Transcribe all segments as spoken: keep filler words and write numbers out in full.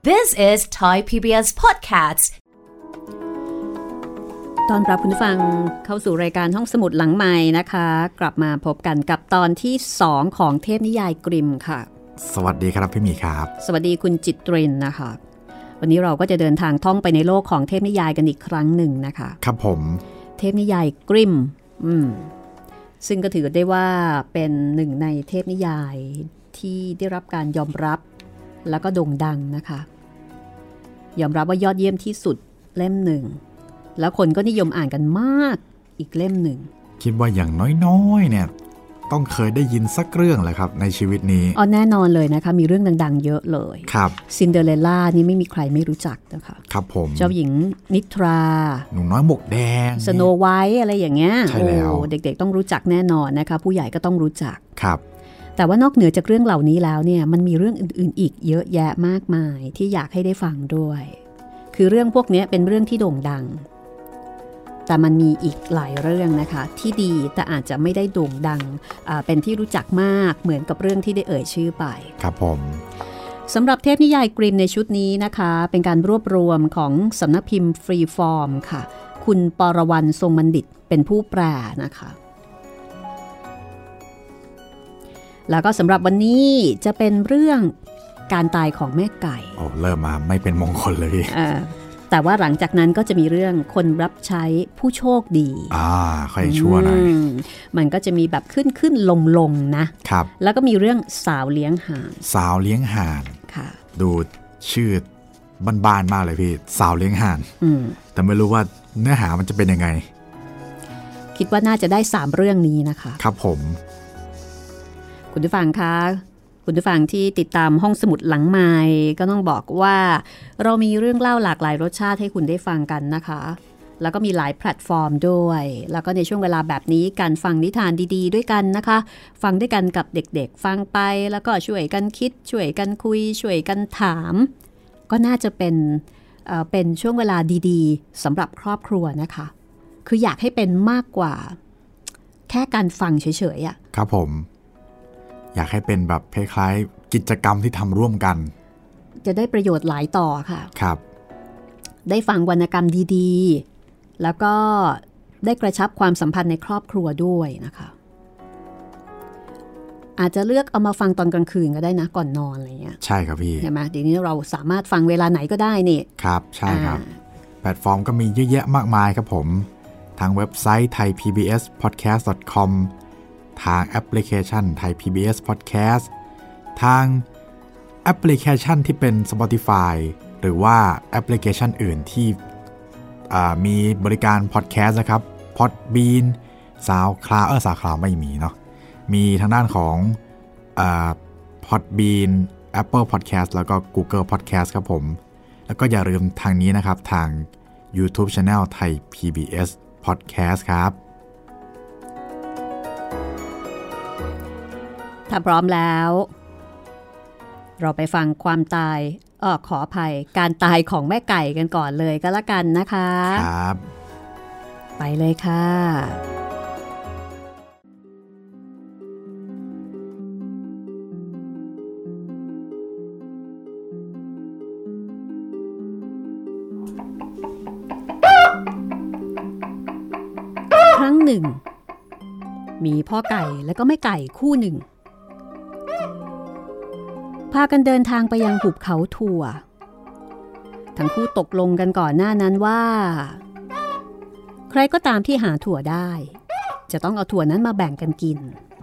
This is Thai พี บี เอส Podcast ตอนรับคุณผู้ฟังเข้าสู่รายการห้องสมุดหลังไมค์นะคะกลับมาพบกันกับตอนที่สองของเทพนิยายกริมค่ะสวัสดีครับพี่หมีครับสวัสดีคุณจิตรินนะคะวันนี้เราก็จะเดินทางท่องไปในโลกของเทพนิยายกันอีกครั้งหนึ่งนะคะครับผมเทพนิยายกริมอืมซึ่งก็ถือได้ว่าเป็นหนึ่งในเทพนิยายที่ได้รับการยอมรับแล้วก็โด่งดังนะคะยอมรับว่ายอดเยี่ยมที่สุดเล่มหนึ่งแล้วคนก็นิยมอ่านกันมากอีกเล่มหนึ่งคิดว่าอย่างน้อยๆเนี่ยต้องเคยได้ยินสักเรื่องแหละครับในชีวิตนี้อ๋อแน่นอนเลยนะคะมีเรื่องดังๆเยอะเลยครับซินเดอเรลล่านี่ไม่มีใครไม่รู้จักนะคะครับผมเจ้าหญิงนิทราหนูน้อยหมวกแดงสโนไวท์อะไรอย่างเงี้ยใช่แล้วโอ้เด็กๆต้องรู้จักแน่นอนนะคะผู้ใหญ่ก็ต้องรู้จักครับแต่ว่านอกเหนือจากเรื่องเหล่านี้แล้วเนี่ยมันมีเรื่องอื่นๆอีกเยอะแยะมากมายที่อยากให้ได้ฟังด้วยคือเรื่องพวกนี้เป็นเรื่องที่โด่งดังแต่มันมีอีกหลายเรื่องนะคะที่ดีแต่อาจจะไม่ได้โด่งดังเป็นที่รู้จักมากเหมือนกับเรื่องที่ได้เอ่ยชื่อไปครับผมสำหรับเทพนิยายกริมในชุดนี้นะคะเป็นการรวบรวมของสำนักพิมพ์ฟรีฟอร์มค่ะคุณปรวรรณทรงบัณฑิตเป็นผู้แปลนะคะแล้วก็สำหรับวันนี้จะเป็นเรื่องการตายของแม่ไก่โอ้เริ่มมาไม่เป็นมงคลเลยอ่าแต่ว่าหลังจากนั้นก็จะมีเรื่องคนรับใช้ผู้โชคดีอ่าค่อยชั่วหน่อยมันก็จะมีแบบขึ้นขึ้นลงลงนะครับแล้วก็มีเรื่องสาวเลี้ยงห่านสาวเลี้ยงห่านค่ะดูชื่อบ้านๆมากเลยพี่สาวเลี้ยงห่านแต่ไม่รู้ว่าเนื้อหามันจะเป็นยังไงคิดว่าน่าจะได้สามเรื่องนี้นะคะครับผมคุณผู้ฟังคะคุณผู้ฟังที่ติดตามห้องสมุดหลังไมค์ก็ต้องบอกว่าเรามีเรื่องเล่าหลากหลายรสชาติให้คุณได้ฟังกันนะคะแล้วก็มีหลายแพลตฟอร์มด้วยแล้วก็ในช่วงเวลาแบบนี้การฟังนิทานดีๆด้วยกันนะคะฟังด้วยกันกับเด็กๆฟังไปแล้วก็ช่วยกันคิดช่วยกันคุยช่วยกันถามก็น่าจะเป็นเอ่อเป็นช่วงเวลาดีๆสำหรับครอบครัวนะคะคืออยากให้เป็นมากกว่าแค่การฟังเฉยๆอ่ะครับผมอยากให้เป็นแบบคล้ายๆกิจกรรมที่ทำร่วมกันจะได้ประโยชน์หลายต่อค่ะครับได้ฟังวรรณกรรมดีๆแล้วก็ได้กระชับความสัมพันธ์ในครอบครัวด้วยนะคะอาจจะเลือกเอามาฟังตอนกลางคืนก็ได้นะก่อนนอนอะไรเงี้ยใช่ครับพี่ใช่ไหมเดี๋ยวนี้เราสามารถฟังเวลาไหนก็ได้นี่ครับใช่ครับแพลตฟอร์มก็มีเยอะแยะมากมายครับผมทางเว็บไซต์ ไทยพีบีเอสพอดแคสต์ ดอท คอมทางแอปพลิเคชัน Thai พี บี เอส Podcast ทางแอปพลิเคชันที่เป็น Spotify หรือว่าแอปพลิเคชันอื่นที่มีบริการ Podcast นะครับ Podbean SoundCloud เออ SoundCloud ไม่มีเนาะมีทางด้านของอ่า Podbean Apple Podcast แล้วก็ Google Podcast ครับผมแล้วก็อย่าลืมทางนี้นะครับทาง YouTube Channel Thai พี บี เอส Podcast ครับถ้าพร้อมแล้วเราไปฟังความตายเออขออภัยการตายของแม่ไก่กันก่อนเลยก็แล้วกันนะคะครับไปเลยค่ะครั้งหนึ่งมีพ่อไก่และก็แม่ไก่คู่หนึ่งพากันเดินทางไปยังหุบเขาถั่วทั้งคู่ตกลงกันก่อนหน้านั้นว่าใครก็ตามที่หาถั่วได้จะต้องเอาถั่วนั้นมาแบ่งกันกิน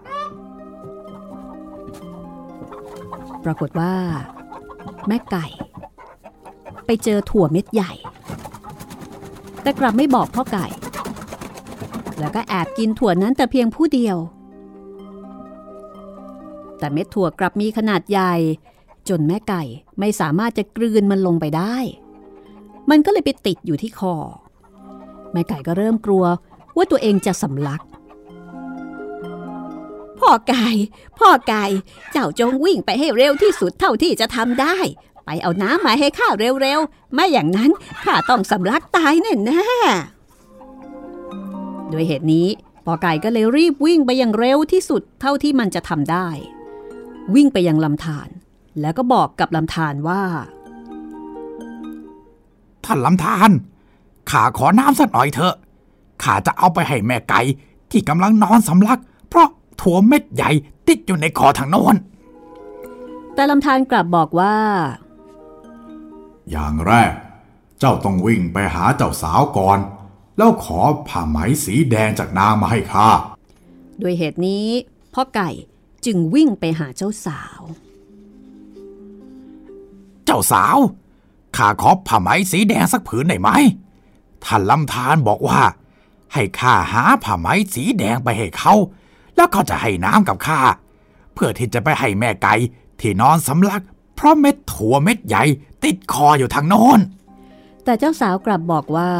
ปรากฏว่าแม่ไก่ไปเจอถั่วเม็ดใหญ่แต่กลับไม่บอกพ่อไก่แล้วก็แอบกินถั่วนั้นแต่เพียงผู้เดียวแต่เม็ดถั่วกลับมีขนาดใหญ่จนแม่ไก่ไม่สามารถจะกลืนมันลงไปได้มันก็เลยไปติดอยู่ที่คอแม่ไก่ก็เริ่มกลัวว่าตัวเองจะสำลักพ่อไก่พ่อไก่เจ้าจงวิ่งไปให้เร็วที่สุดเท่าที่จะทำได้ไปเอาน้ำมาให้ข้าเร็วๆไม่อย่างนั้นข้าต้องสำลักตายแน่ๆด้วยเหตุนี้พ่อไก่ก็เลยรีบวิ่งไปอย่างเร็วที่สุดเท่าที่มันจะทำได้วิ่งไปยังลำธารแล้วก็บอกกับลำธารว่าท่านลำธารข้าขอน้ำสักหน่อยเถอะข้าจะเอาไปให้แม่ไก่ที่กำลังนอนสำลักเพราะถั่วเม็ดใหญ่ติดอยู่ในคอทางโน้นแต่ลำธารกลับบอกว่าอย่างแรกเจ้าต้องวิ่งไปหาเจ้าสาวก่อนแล้วขอผ้าไหมสีแดงจากนางมาให้ข้าด้วยเหตุนี้พ่อไก่จึงวิ่งไปหาเจ้าสาวเจ้าสาวข้าขอผ้าไหมสีแดงสักผืนได้ไหมท่านลำธารบอกว่าให้ข้าหาผ้าไหมสีแดงไปให้เขาแล้วเขาจะให้น้ำกับข้าเพื่อที่จะไปให้แม่ไก่ที่นอนสำลักเพราะเม็ดถั่วเม็ดใหญ่ติดคออยู่ทางโน้นแต่เจ้าสาวกลับบอกว่า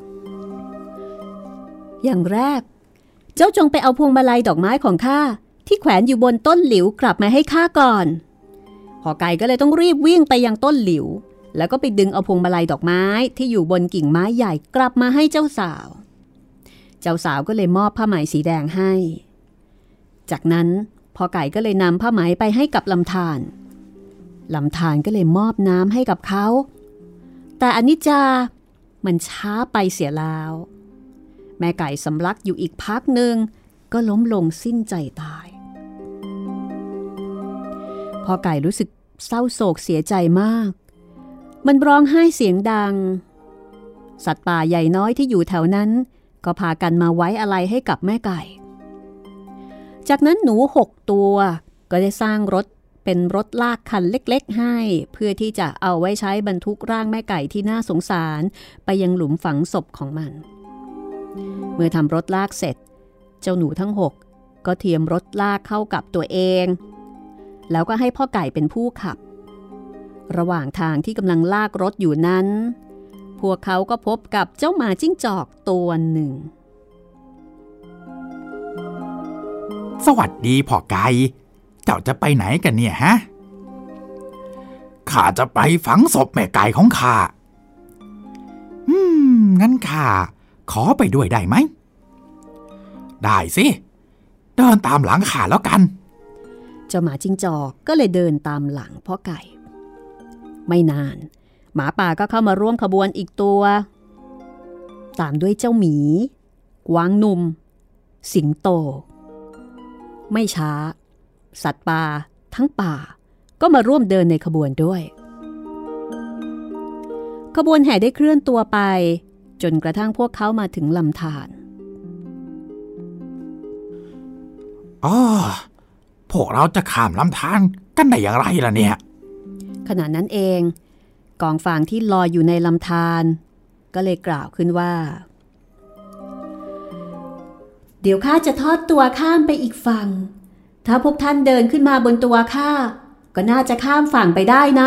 อย่างแรกเจ้าจงไปเอาพวงมาลัยดอกไม้ของข้าที่แขวนอยู่บนต้นหลิวกลับมาให้ข้าก่อนพอไก่ก็เลยต้องรีบวิ่งไปยังต้นหลิวแล้วก็ไปดึงเอาพวงมาลัยดอกไม้ที่อยู่บนกิ่งไม้ใหญ่กลับมาให้เจ้าสาวเจ้าสาวก็เลยมอบผ้าไหมสีแดงให้จากนั้นพอไก่ก็เลยนำผ้าไหมไปให้กับลำธารลำธารก็เลยมอบน้ำให้กับเขาแต่อนิจจามันช้าไปเสียแล้วแม่ไก่สำลักอยู่อีกพักหนึ่งก็ล้มลงสิ้นใจตายพอไก่รู้สึกเศร้าโศกเสียใจมากมันร้องไห้เสียงดังสัตว์ป่าใหญ่น้อยที่อยู่แถวนั้นก็พากันมาไว้อาลัยให้กับแม่ไก่จากนั้นหนูหกตัวก็ได้สร้างรถเป็นรถลากคันเล็กๆให้เพื่อที่จะเอาไว้ใช้บรรทุกร่างแม่ไก่ที่น่าสงสารไปยังหลุมฝังศพของมันเมื่อทำรถลากเสร็จเจ้าหนูทั้งหกก็เทียมรถลากเข้ากับตัวเองแล้วก็ให้พ่อไก่เป็นผู้ขับระหว่างทางที่กำลังลากรถอยู่นั้นพวกเขาก็พบกับเจ้าหมาจิ้งจอกตัวหนึ่งสวัสดีพ่อไก่เจ้าจะไปไหนกันเนี่ยฮะข้าจะไปฝังศพแม่ไก่ของข้าอืมงั้นข้าขอไปด้วยได้ไหมได้สิเดินตามหลังข้าแล้วกันเจ้าหมาจิ้งจอกก็เลยเดินตามหลังพ่อไก่ไม่นานหมาป่าก็เข้ามาร่วมขบวนอีกตัวตามด้วยเจ้าหมีกวางหนุ่มสิงโตไม่ช้าสัตว์ป่าทั้งป่าก็มาร่วมเดินในขบวนด้วยขบวนแห่ได้เคลื่อนตัวไปจนกระทั่งพวกเขามาถึงลำธารอ๋อพวกเราจะข้ามลำธารกันได้อย่างไรล่ะเนี่ยขณะนั้นเองกองฟางที่ลอยอยู่ในลำธารก็เลยกล่าวขึ้นว่าเดี๋ยวข้าจะทอดตัวข้ามไปอีกฝั่งถ้าพวกท่านเดินขึ้นมาบนตัวข้าก็น่าจะข้ามฝั่งไปได้นะ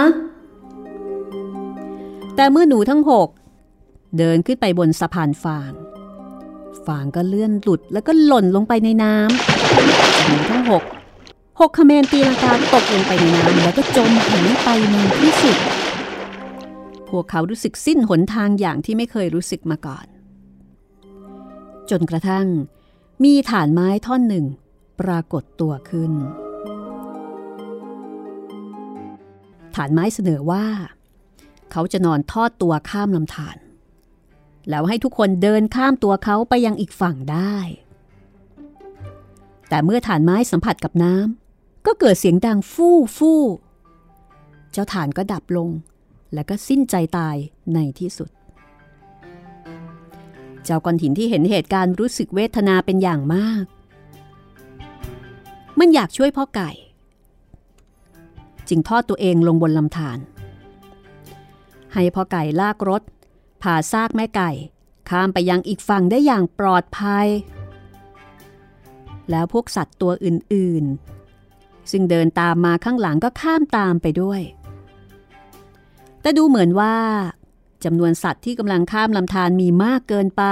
แต่เมื่อหนูทั้งหกเดินขึ้นไปบนสะพานฟางฟางก็เลื่อนหลุดแล้วก็หล่นลงไปในน้ำหนูทั้งหกหกเขมรตีลังกาตกลงไปในน้ำแล้วก็จมหายไปในที่สุดพวกเขารู้สึกสิ้นหนทางอย่างที่ไม่เคยรู้สึกมาก่อนจนกระทั่งมีฐานไม้ท่อนหนึ่งปรากฏตัวขึ้นฐานไม้เสนอว่าเขาจะนอนทอดตัวข้ามลำธารแล้วให้ทุกคนเดินข้ามตัวเขาไปยังอีกฝั่งได้แต่เมื่อฐานไม้สัมผัสกับน้ำก็เกิดเสียงดังฟู่ฟู่เจ้าฐานก็ดับลงแล้วก็สิ้นใจตายในที่สุดเจ้าก้อนหินที่เห็นเหตุการณ์รู้สึกเวทนาเป็นอย่างมากมันอยากช่วยพ่อไก่จึงทอดตัวเองลงบนลำธารให้พ่อไก่ลากรถพาซากแม่ไก่ข้ามไปยังอีกฝั่งได้อย่างปลอดภัยแล้วพวกสัตว์ตัวอื่นๆซึ่งเดินตามมาข้างหลังก็ข้ามตามไปด้วยแต่ดูเหมือนว่าจำนวนสัตว์ที่กำลังข้ามลำธารมีมากเกินไป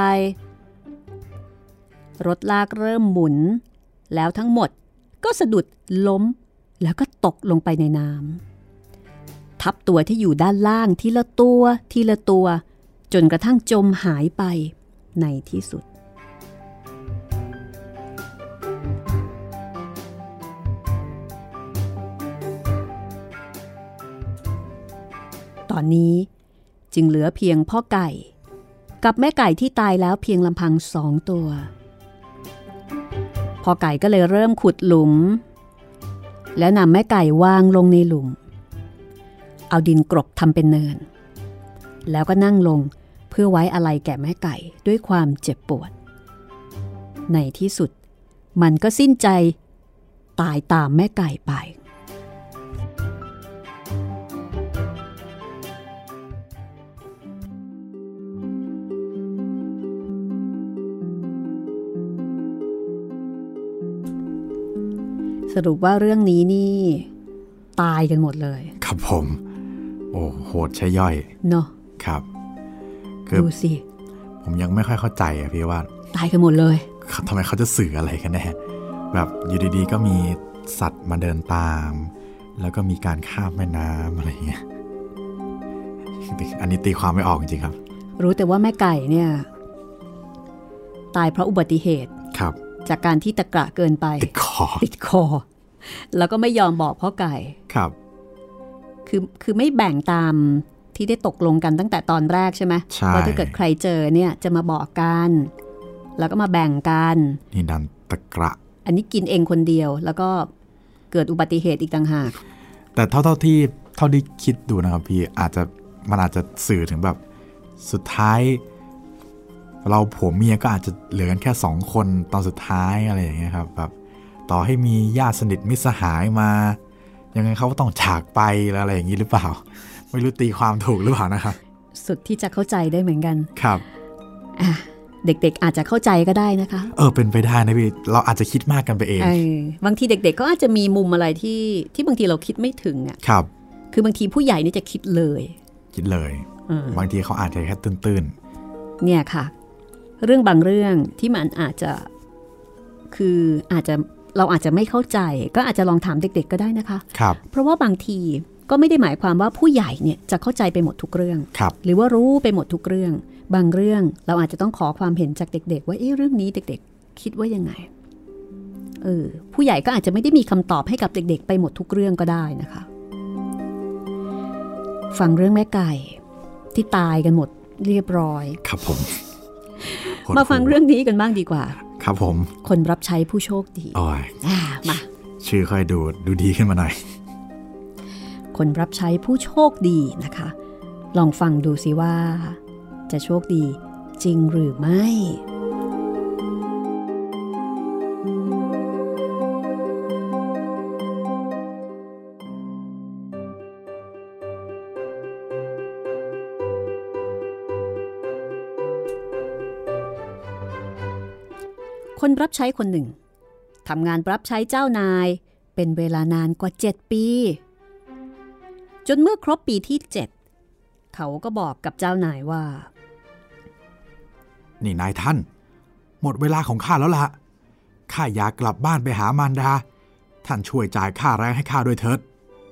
รถลากเริ่มหมุนแล้วทั้งหมดก็สะดุดล้มแล้วก็ตกลงไปในน้ำทับตัวที่อยู่ด้านล่างทีละตัวทีละตัวจนกระทั่งจมหายไปในที่สุดตอนนี้จึงเหลือเพียงพ่อไก่กับแม่ไก่ที่ตายแล้วเพียงลำพังสองตัวพ่อไก่ก็เลยเริ่มขุดหลุมแล้วนำแม่ไก่วางลงในหลุมเอาดินกรบทำเป็นเนินแล้วก็นั่งลงเพื่อไว้อาลัยแก่แม่ไก่ด้วยความเจ็บปวดในที่สุดมันก็สิ้นใจตายตามแม่ไก่ไปสรุปว่าเรื่องนี้นี่ตายกันหมดเลยครับผมโอ้โหดใช่ย่อยเนาะครับดูสิผมยังไม่ค่อยเข้าใจอะพี่ว่าตายกันหมดเลยทำไมเขาจะสื่ออะไรกันแน่แบบอยู่ดีๆก็มีสัตว์มาเดินตามแล้วก็มีการข้ามแม่น้ำอะไรเงี้ยอันนี้ตีความไม่ออกจริงๆครับรู้แต่ว่าแม่ไก่เนี่ยตายเพราะอุบัติเหตุครับจากการที่ตะกระเกินไปติดคอติดคอแล้วก็ไม่ยอมบอกพ่อไก่ครับคือคือไม่แบ่งตามที่ได้ตกลงกันตั้งแต่ตอนแรกใช่ไหมว่าถ้าเกิดใครเจอเนี่ยจะมาบอกกันแล้วก็มาแบ่งกันนี่ดันตะกระอันนี้กินเองคนเดียวแล้วก็เกิดอุบัติเหตุอีกต่างหากแต่เท่าเท่าที่เท่าที่คิดดูนะครับพี่อาจจะมันอาจจะสื่อถึงแบบสุดท้ายเราผัวเมียก็อาจจะเหลือกันแค่สองคนตอนสุดท้ายอะไรอย่างเงี้ยครับแบบต่อให้มีญาติสนิทมิตรสหายมายังไงเขาก็ต้องจากไปแล้วอะไรอย่างนี้หรือเปล่าไม่รู้ตีความถูกหรือเปล่านะครับสุดที่จะเข้าใจได้เหมือนกันครับอ่ะเด็กๆอาจจะเข้าใจก็ได้นะคะเออเป็นไปได้นะพี่เราอาจจะคิดมากกันไปเองเออบางทีเด็กๆก็อาจจะมีมุมอะไรที่ที่บางทีเราคิดไม่ถึงอ่ะครับคือบางทีผู้ใหญ่นี่จะคิดเลยคิดเลยบางทีเขาอาจจะแค่ตื้นๆเนี่ยค่ะเรื่องบางเรื่องที่มันอาจจะคืออาจจะเราอาจจะไม่เข้าใจก็อาจจะลองถามเด็กๆก็ได้นะคะครับเพราะว่าบางทีก็ไม่ได้หมายความว่าผู้ใหญ่เนี่ยจะเข้าใจไปหมดทุกเรื่องครับหรือว่ารู้ไปหมดทุกเรื่องบางเรื่องเราอาจจะต้องขอความเห็นจากเด็กๆว่าเอ๊ะเรื่องนี้เด็กๆคิดว่ายังไงเออผู้ใหญ่ก็อาจจะไม่ได้มีคำตอบให้กับเด็กๆไปหมดทุกเรื่องก็ได้นะคะฟังเรื่องแม่ไก่ที่ตายกันหมดเรียบร้อยครับผมมาฟังเรื่องนี้กันบ้างดีกว่าครับผมคนรับใช้ผู้โชคดีโอ้ยมาชื่อค่อยดูดูดีขึ้นมาหน่อยคนรับใช้ผู้โชคดีนะคะลองฟังดูสิว่าจะโชคดีจริงหรือไม่คนรับใช้คนหนึ่งทำงานรับใช้เจ้านายเป็นเวลานานกว่าเจ็ดปีจนเมื่อครบปีที่เจ็ดเขาก็บอกกับเจ้านายว่านี่นายท่านหมดเวลาของข้าแล้วล่ะข้าอยากกลับบ้านไปหามารดาท่านช่วยจ่ายค่าแรงให้ข้าด้วยเถิด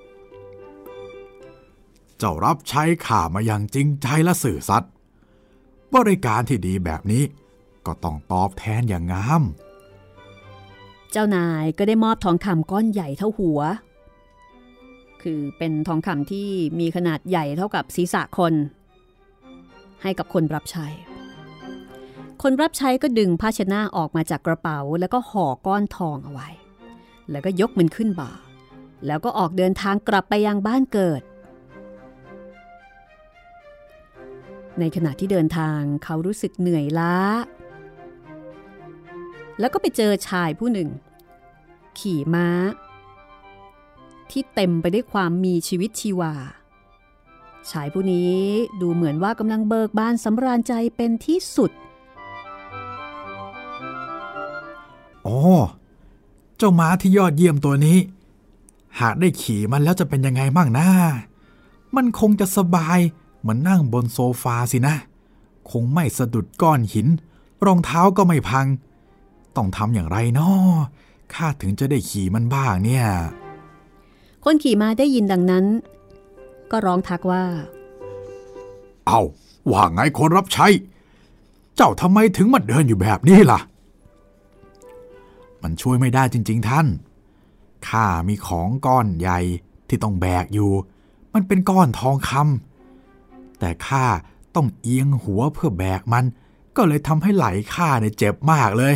เจ้ารับใช้ข้ามาอย่างจริงใจและสื่อสัตย์บริการที่ดีแบบนี้ก็ต้องตอบแทนอย่างงามเจ้านายก็ได้มอบทองคำก้อนใหญ่เท่าหัวคือเป็นทองคำที่มีขนาดใหญ่เท่ากับศีรษะคนให้กับคนรับใช้คนรับใช้ก็ดึงภาชนะออกมาจากกระเป๋าแล้วก็ห่อก้อนทองเอาไว้แล้วก็ยกมันขึ้นบ่าแล้วก็ออกเดินทางกลับไปยังบ้านเกิดในขณะที่เดินทางเขารู้สึกเหนื่อยล้าแล้วก็ไปเจอชายผู้หนึ่งขี่ม้าที่เต็มไปด้วยความมีชีวิตชีวาชายผู้นี้ดูเหมือนว่ากำลังเบิกบานสำราญใจเป็นที่สุดโอ้เจ้าม้าที่ยอดเยี่ยมตัวนี้หากได้ขี่มันแล้วจะเป็นยังไงบ้างนะมันคงจะสบายเหมือนนั่งบนโซฟาสินะคงไม่สะดุดก้อนหินรองเท้าก็ไม่พังต้องทำอย่างไรน้อข้าถึงจะได้ขี่มันบ้างเนี่ยคนขี่ม้าได้ยินดังนั้นก็ร้องทักว่าเอ้าว่าไงคนรับใช้เจ้าทำไมถึงมาเดินอยู่แบบนี้ล่ะมันช่วยไม่ได้จริงๆท่านข้ามีของก้อนใหญ่ที่ต้องแบกอยู่มันเป็นก้อนทองคำแต่ข้าต้องเอียงหัวเพื่อแบกมันก็เลยทำให้ไหล่ข้าเนี่ยเจ็บมากเลย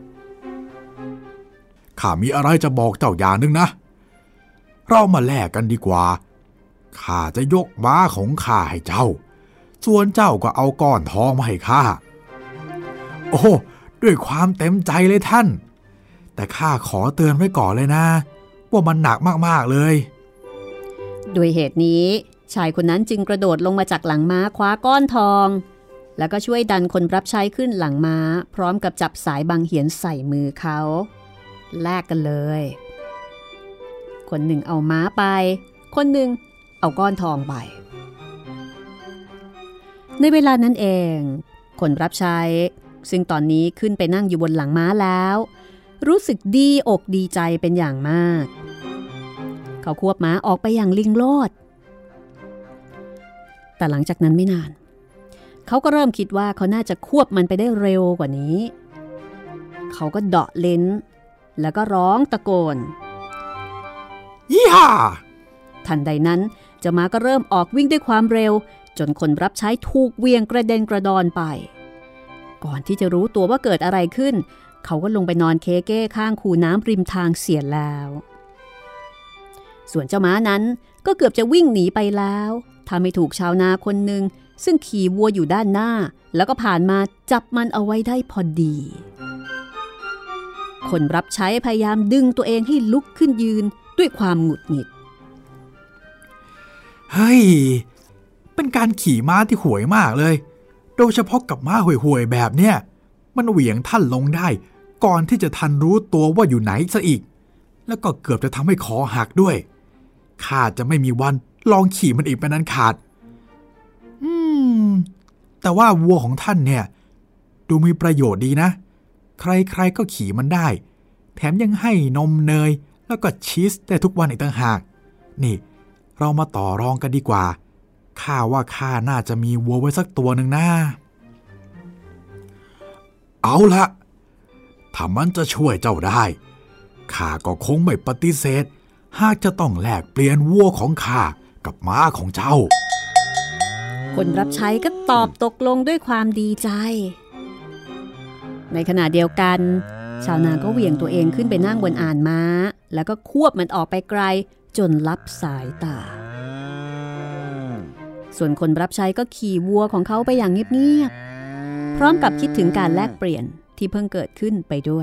ข้ามีอะไรจะบอกเจ้าอย่างนึงนะเรามาแลกกันดีกว่าข้าจะยกม้าของข้าให้เจ้าส่วนเจ้าก็เอาก้อนทองมาให้ข้าโอ้ด้วยความเต็มใจเลยท่านแต่ข้าขอเตือนไว้ก่อนเลยนะว่ามันหนักมากๆเลยด้วยเหตุนี้ชายคนนั้นจึงกระโดดลงมาจากหลังม้าคว้าก้อนทองแล้วก็ช่วยดันคนรับใช้ขึ้นหลังม้าพร้อมกับจับสายบางเหียนใส่มือเขาแลกกันเลยคนหนึ่งเอาม้าไปคนหนึ่งเอาก้อนทองไปในเวลานั้นเองคนรับใช้ซึ่งตอนนี้ขึ้นไปนั่งอยู่บนหลังม้าแล้วรู้สึกดีอกดีใจเป็นอย่างมากเขาควบม้าออกไปอย่างลิงโลดแต่หลังจากนั้นไม่นานเขาก็เริ่มคิดว่าเขาน่าจะควบมันไปได้เร็วกว่านี้เขาก็เดาะลิ้นแล้วก็ร้องตะโกนยี่ห้าทันใดนั้นเจ้าม้าก็เริ่มออกวิ่งด้วยความเร็วจนคนรับใช้ถูกเวียงกระเด็นกระดอนไปก่อนที่จะรู้ตัวว่าเกิดอะไรขึ้นเขาก็ลงไปนอนเคเก้ข้างคูน้ำริมทางเสียแล้วส่วนเจ้าม้านั้นก็เกือบจะวิ่งหนีไปแล้วถ้าไม่ถูกชาวนาคนหนึ่งซึ่งขี่วัวอยู่ด้านหน้าแล้วก็ผ่านมาจับมันเอาไว้ได้พอดีคนรับใช้พยายามดึงตัวเองให้ลุกขึ้นยืนด้วยความหงุดหงิดเฮ้ยเป็นการขี่ม้าที่ห่วยมากเลยโดยเฉพาะกับม้าห่วยๆแบบเนี้ยมันเหวี่ยงท่านลงได้ก่อนที่จะทันรู้ตัวว่าอยู่ไหนซะอีกแล้วก็เกือบจะทำให้คอหักด้วยข้าจะไม่มีวันลองขี่มันอีกเป็นอันขาดอืมแต่ว่าวัวของท่านเนี่ยดูมีประโยชน์ดีนะใครๆก็ขี่มันได้แถมยังให้นมเนยแล้วก็ชีสได้ทุกวันอีกต่างหากนี่เรามาต่อรองกันดีกว่าข้าว่าข้าน่าจะมีวัวไว้สักตัวหนึ่งนะเอาละถ้ามันจะช่วยเจ้าได้ข้าก็คงไม่ปฏิเสธหากจะต้องแลกเปลี่ยนวัวของข้ากับม้าของเจ้าคนรับใช้ก็ตอบตกลงด้วยความดีใจในขณะเดียวกันชาวนาก็เหวี่ยงตัวเองขึ้นไปนั่งบนอ่านม้าแล้วก็ควบมันออกไปไกลจนลับสายตาส่วนคนรับใช้ก็ขี่วัวของเขาไปอย่างเงียบๆพร้อมกับคิดถึงการแลกเปลี่ยนที่เพิ่งเกิดขึ้นไปด้วย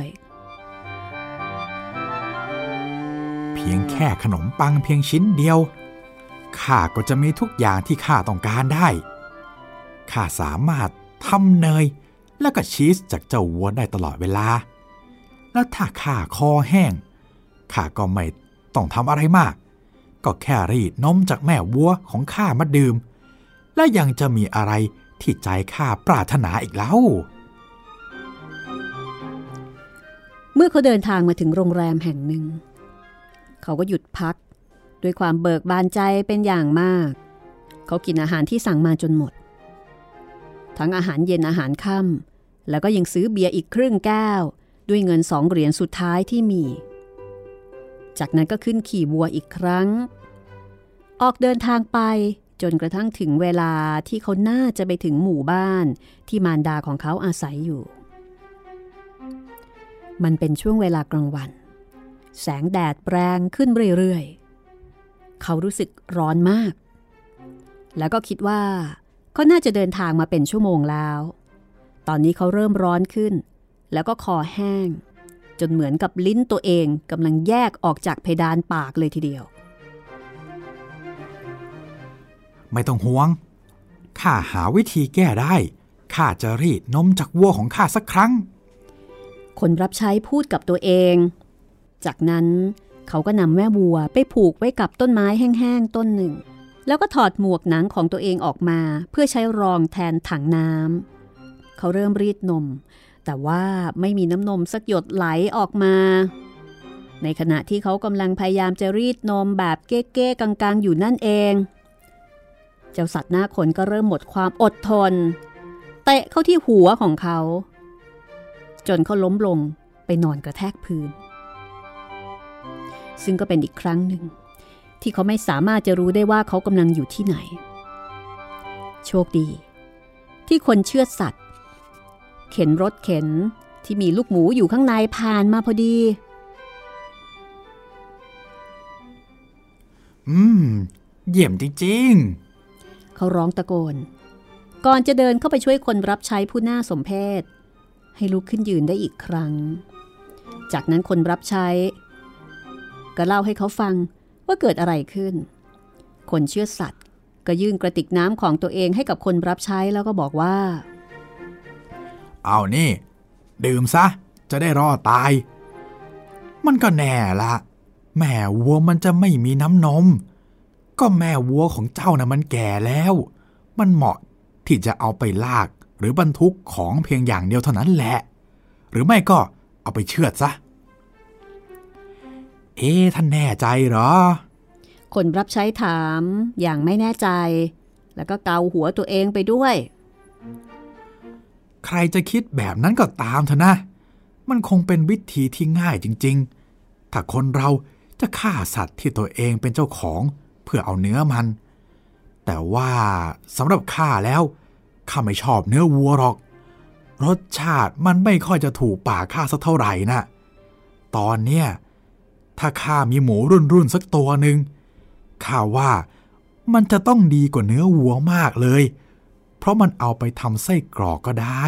เพียงแค่ขนมปังเพียงชิ้นเดียวข้าก็จะมีทุกอย่างที่ข้าต้องการได้ข้าสามารถทำเนยและก็ชีสจากเจ้าวัวได้ตลอดเวลาและถ้าข้าคอแห้งข้าก็ไม่ต้องทำอะไรมากก็แค่รีดนมจากแม่วัวของข้ามาดื่มและยังจะมีอะไรที่ใจข้าปรารถนาอีกแล้วเมื่อเขาเดินทางมาถึงโรงแรมแห่งหนึ่งเขาก็หยุดพักด้วยความเบิกบานใจเป็นอย่างมากเขากินอาหารที่สั่งมาจนหมดทั้งอาหารเย็นอาหารค่ำแล้วก็ยังซื้อเบียร์อีกครึ่งแก้วด้วยเงินสองเหรียญสุดท้ายที่มีจากนั้นก็ขึ้นขี่วัวอีกครั้งออกเดินทางไปจนกระทั่งถึงเวลาที่เขาน่าจะไปถึงหมู่บ้านที่มารดาของเขาอาศัยอยู่มันเป็นช่วงเวลากลางวันแสงแดดแรงขึ้นเรื่อยๆเขารู้สึกร้อนมากแล้วก็คิดว่าเขาน่าจะเดินทางมาเป็นชั่วโมงแล้วตอนนี้เขาเริ่มร้อนขึ้นแล้วก็คอแห้งจนเหมือนกับลิ้นตัวเองกำลังแยกออกจากเพดานปากเลยทีเดียวไม่ต้องห่วงข้าหาวิธีแก้ได้ข้าจะรีดนมจากวัวของข้าสักครั้งคนรับใช้พูดกับตัวเองจากนั้นเขาก็นำแม่วัวไปผูกไว้กับต้นไม้แห้งๆต้นหนึ่งแล้วก็ถอดหมวกหนังของตัวเองออกมาเพื่อใช้รองแทนถังน้ำเขาเริ่มรีดนมแต่ว่าไม่มีน้ำนมสักหยดไหลออกมาในขณะที่เขากำลังพยายามจะรีดนมแบบเก้ๆกังๆอยู่นั่นเองเจ้าสัตว์หน้าขนก็เริ่มหมดความอดทนเตะเข้าที่หัวของเขาจนเขาล้มลงไปนอนกระแทกพื้นซึ่งก็เป็นอีกครั้งหนึ่งที่เขาไม่สามารถจะรู้ได้ว่าเขากำลังอยู่ที่ไหนโชคดีที่คนเชือดสัตว์เข็นรถเข็นที่มีลูกหมูอยู่ข้างในผ่านมาพอดีอืมเยี่ยมจริงๆเขาร้องตะโกนก่อนจะเดินเข้าไปช่วยคนรับใช้ผู้น่าสมเพชให้ลุกขึ้นยืนได้อีกครั้งจากนั้นคนรับใช้ก็เล่าให้เขาฟังว่าเกิดอะไรขึ้นคนเชือดสัตว์ก็ยื่นกระติกน้ำของตัวเองให้กับคนรับใช้แล้วก็บอกว่าเอานี่ดื่มซะจะได้รอดตายมันก็แน่ละแม่วัวมันจะไม่มีน้ำนมก็แม่วัวของเจ้านะมันแก่แล้วมันเหมาะที่จะเอาไปลากหรือบรรทุกของเพียงอย่างเดียวเท่านั้นแหละหรือไม่ก็เอาไปเชือดซะเอ๊ะท่านแน่ใจเหรอคนรับใช้ถามอย่างไม่แน่ใจแล้วก็เกาหัวตัวเองไปด้วยใครจะคิดแบบนั้นก็ตามเถอะนะมันคงเป็นวิธีที่ง่ายจริงๆถ้าคนเราจะฆ่าสัตว์ที่ตัวเองเป็นเจ้าของเพื่อเอาเนื้อมันแต่ว่าสำหรับข้าแล้วข้าไม่ชอบเนื้อวัวหรอกรสชาติมันไม่ค่อยจะถูกปากข้าสักเท่าไหร่นะตอนเนี้ยถ้าข้ามีหมูรุ่นๆสักตัวหนึ่งข้าว่ามันจะต้องดีกว่าเนื้อวัวมากเลยเพราะมันเอาไปทำไส้กรอกก็ได้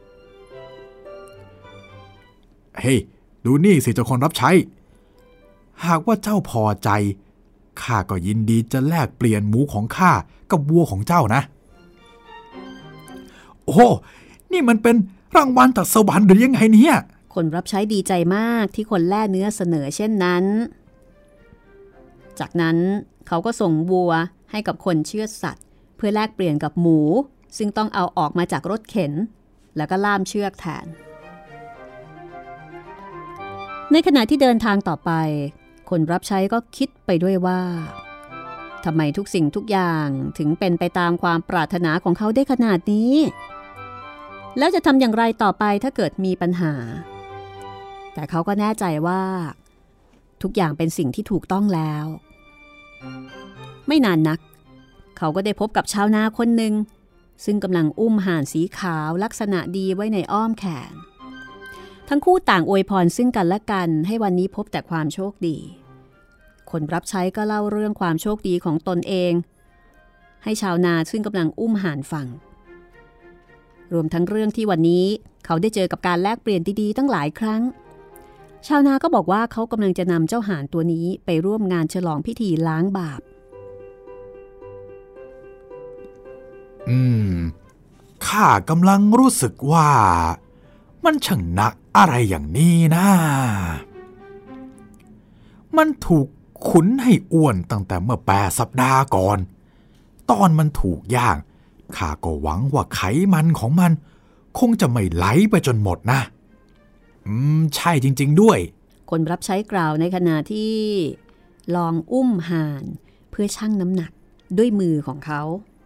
เฮ้ย hey, ดูนี่สิเจ้าคนรับใช้หากว่าเจ้าพอใจข้าก็ยินดีจะแลกเปลี่ยนหมูของข้ากับวัวของเจ้านะโอ้นี่มันเป็นรางวัลจากสวรรค์หรือยังไงเนี่ยคนรับใช้ดีใจมากที่คนแล่เนื้อเสนอเช่นนั้นจากนั้นเขาก็ส่งวัวให้กับคนเชือดสัตว์เพื่อแลกเปลี่ยนกับหมูซึ่งต้องเอาออกมาจากรถเข็นแล้วก็ล่ามเชือกแทนในขณะที่เดินทางต่อไปคนรับใช้ก็คิดไปด้วยว่าทำไมทุกสิ่งทุกอย่างถึงเป็นไปตามความปรารถนาของเขาได้ขนาดนี้แล้วจะทำอย่างไรต่อไปถ้าเกิดมีปัญหาแต่เขาก็แน่ใจว่าทุกอย่างเป็นสิ่งที่ถูกต้องแล้วไม่นานนักเขาก็ได้พบกับชาวนาคนหนึ่งซึ่งกำลังอุ้มห่านสีขาวลักษณะดีไว้ในอ้อมแขนทั้งคู่ต่างอวยพรซึ่งกันและกันให้วันนี้พบแต่ความโชคดีคนรับใช้ก็เล่าเรื่องความโชคดีของตนเองให้ชาวนาซึ่งกำลังอุ้มห่านฟังรวมทั้งเรื่องที่วันนี้เขาได้เจอกับการแลกเปลี่ยนดีๆตั้งหลายครั้งชาวนาก็บอกว่าเขากำลังจะนำเจ้าห่านตัวนี้ไปร่วมงานฉลองพิธีล้างบาปอืมข้ากำลังรู้สึกว่ามันช่างหนักอะไรอย่างนี้นะมันถูกขุนให้อ้วนตั้งแต่เมื่อแปดสัปดาห์ก่อนตอนมันถูกย่างข้าก็หวังว่าไขมันของมันคงจะไม่ไหลไปจนหมดนะอืมใช่จริงๆด้วยคนรับใช้กล่าวในขณะที่ลองอุ้มห่านเพื่อชั่งน้ำหนักด้วยมือของเขา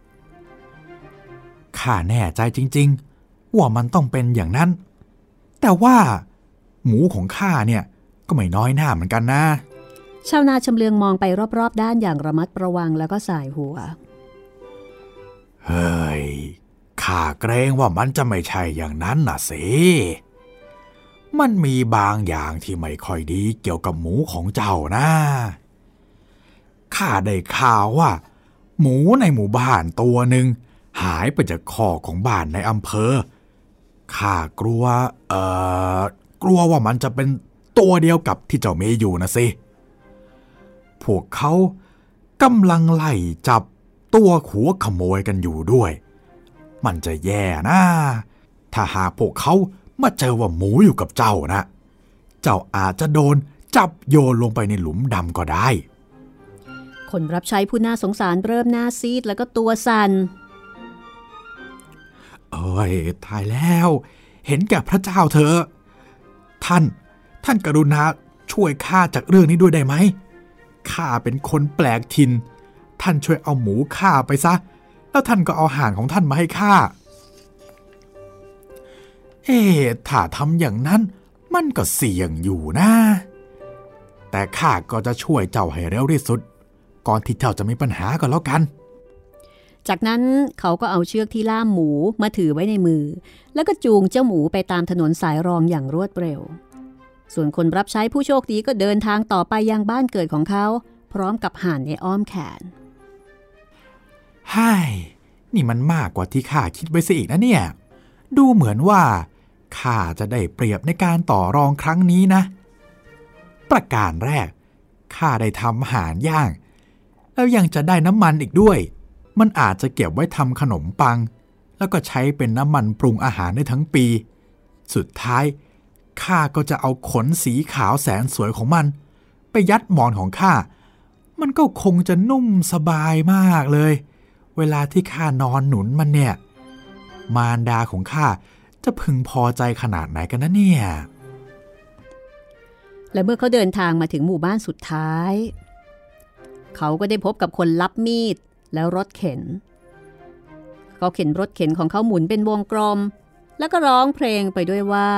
ข้าแน่ใจจริงๆว่ามันต้องเป็นอย่างนั้นแต่ว่าหมูของข้าเนี่ยก็ไม่น้อยหน้าเหมือนกันนะชาวนาชำเลืองมองไปรอบๆด้านอย่างระมัดระวังแล้วก็สายหัวเฮ้ยข้าเกรงว่ามันจะไม่ใช่อย่างนั้นน่ะสิมันมีบางอย่างที่ไม่ค่อยดีเกี่ยวกับหมูของเจ้านะข้าได้ข่าวว่าหมูในหมู่บ้านตัวหนึ่งหายไปจากคอกของบ้านในอำเภอข้ากลัวเอ่อกลัวว่ามันจะเป็นตัวเดียวกับที่เจ้ามีอยู่นะสิพวกเขากำลังไล่จับตัวหัวขโมยกันอยู่ด้วยมันจะแย่นะถ้าหากพวกเขามาเจอว่าหมูอยู่กับเจ้านะเจ้าอาจจะโดนจับโยนลงไปในหลุมดำก็ได้คนรับใช้ผู้น่าสงสารเริ่มหน้าซีดแล้วก็ตัวสั่นเอ้ยตายแล้วเห็นแก่พระเจ้าเถอะท่านท่านกรุณาช่วยข้าจากเรื่องนี้ด้วยได้ไหมข้าเป็นคนแปลกถิ่นท่านช่วยเอาหมูข้าไปซะแล้วท่านก็เอาห่านของท่านมาให้ข้าเอ๊ะถ้าทำอย่างนั้นมันก็เสี่ยงอยู่นะแต่ข้าก็จะช่วยเจ้าให้เร็วที่สุดก่อนที่เจ้าจะมีปัญหาก็แล้วกันจากนั้นเขาก็เอาเชือกที่ล่ามหมูมาถือไว้ในมือแล้วก็จูงเจ้าหมูไปตามถนนสายรองอย่างรวดเร็วส่วนคนรับใช้ผู้โชคดีก็เดินทางต่อไปยังบ้านเกิดของเขาพร้อมกับห่านในอ้อมแขนฮ่ายนี่มันมากกว่าที่ข้าคิดไว้ซะอีกนะเนี่ยดูเหมือนว่าข้าจะได้เปรียบในการต่อรองครั้งนี้นะประการแรกข้าได้ทำอาหารย่างแล้วยังจะได้น้ำมันอีกด้วยมันอาจจะเก็บไว้ทำขนมปังแล้วก็ใช้เป็นน้ำมันปรุงอาหารได้ทั้งปีสุดท้ายข้าก็จะเอาขนสีขาวแสนสวยของมันไปยัดหมอนของข้ามันก็คงจะนุ่มสบายมากเลยเวลาที่ข้านอนหนุนมันเนี่ยมารดาของข้าจะพึงพอใจขนาดไหนกันนะเนี่ยและเมื่อเขาเดินทางมาถึงหมู่บ้านสุดท้ายเขาก็ได้พบกับคนรับมีดแล้วรถเข็นเขาเข็นรถเข็นของเขาหมุนเป็นวงกลมแล้วก็ร้องเพลงไปด้วยว่า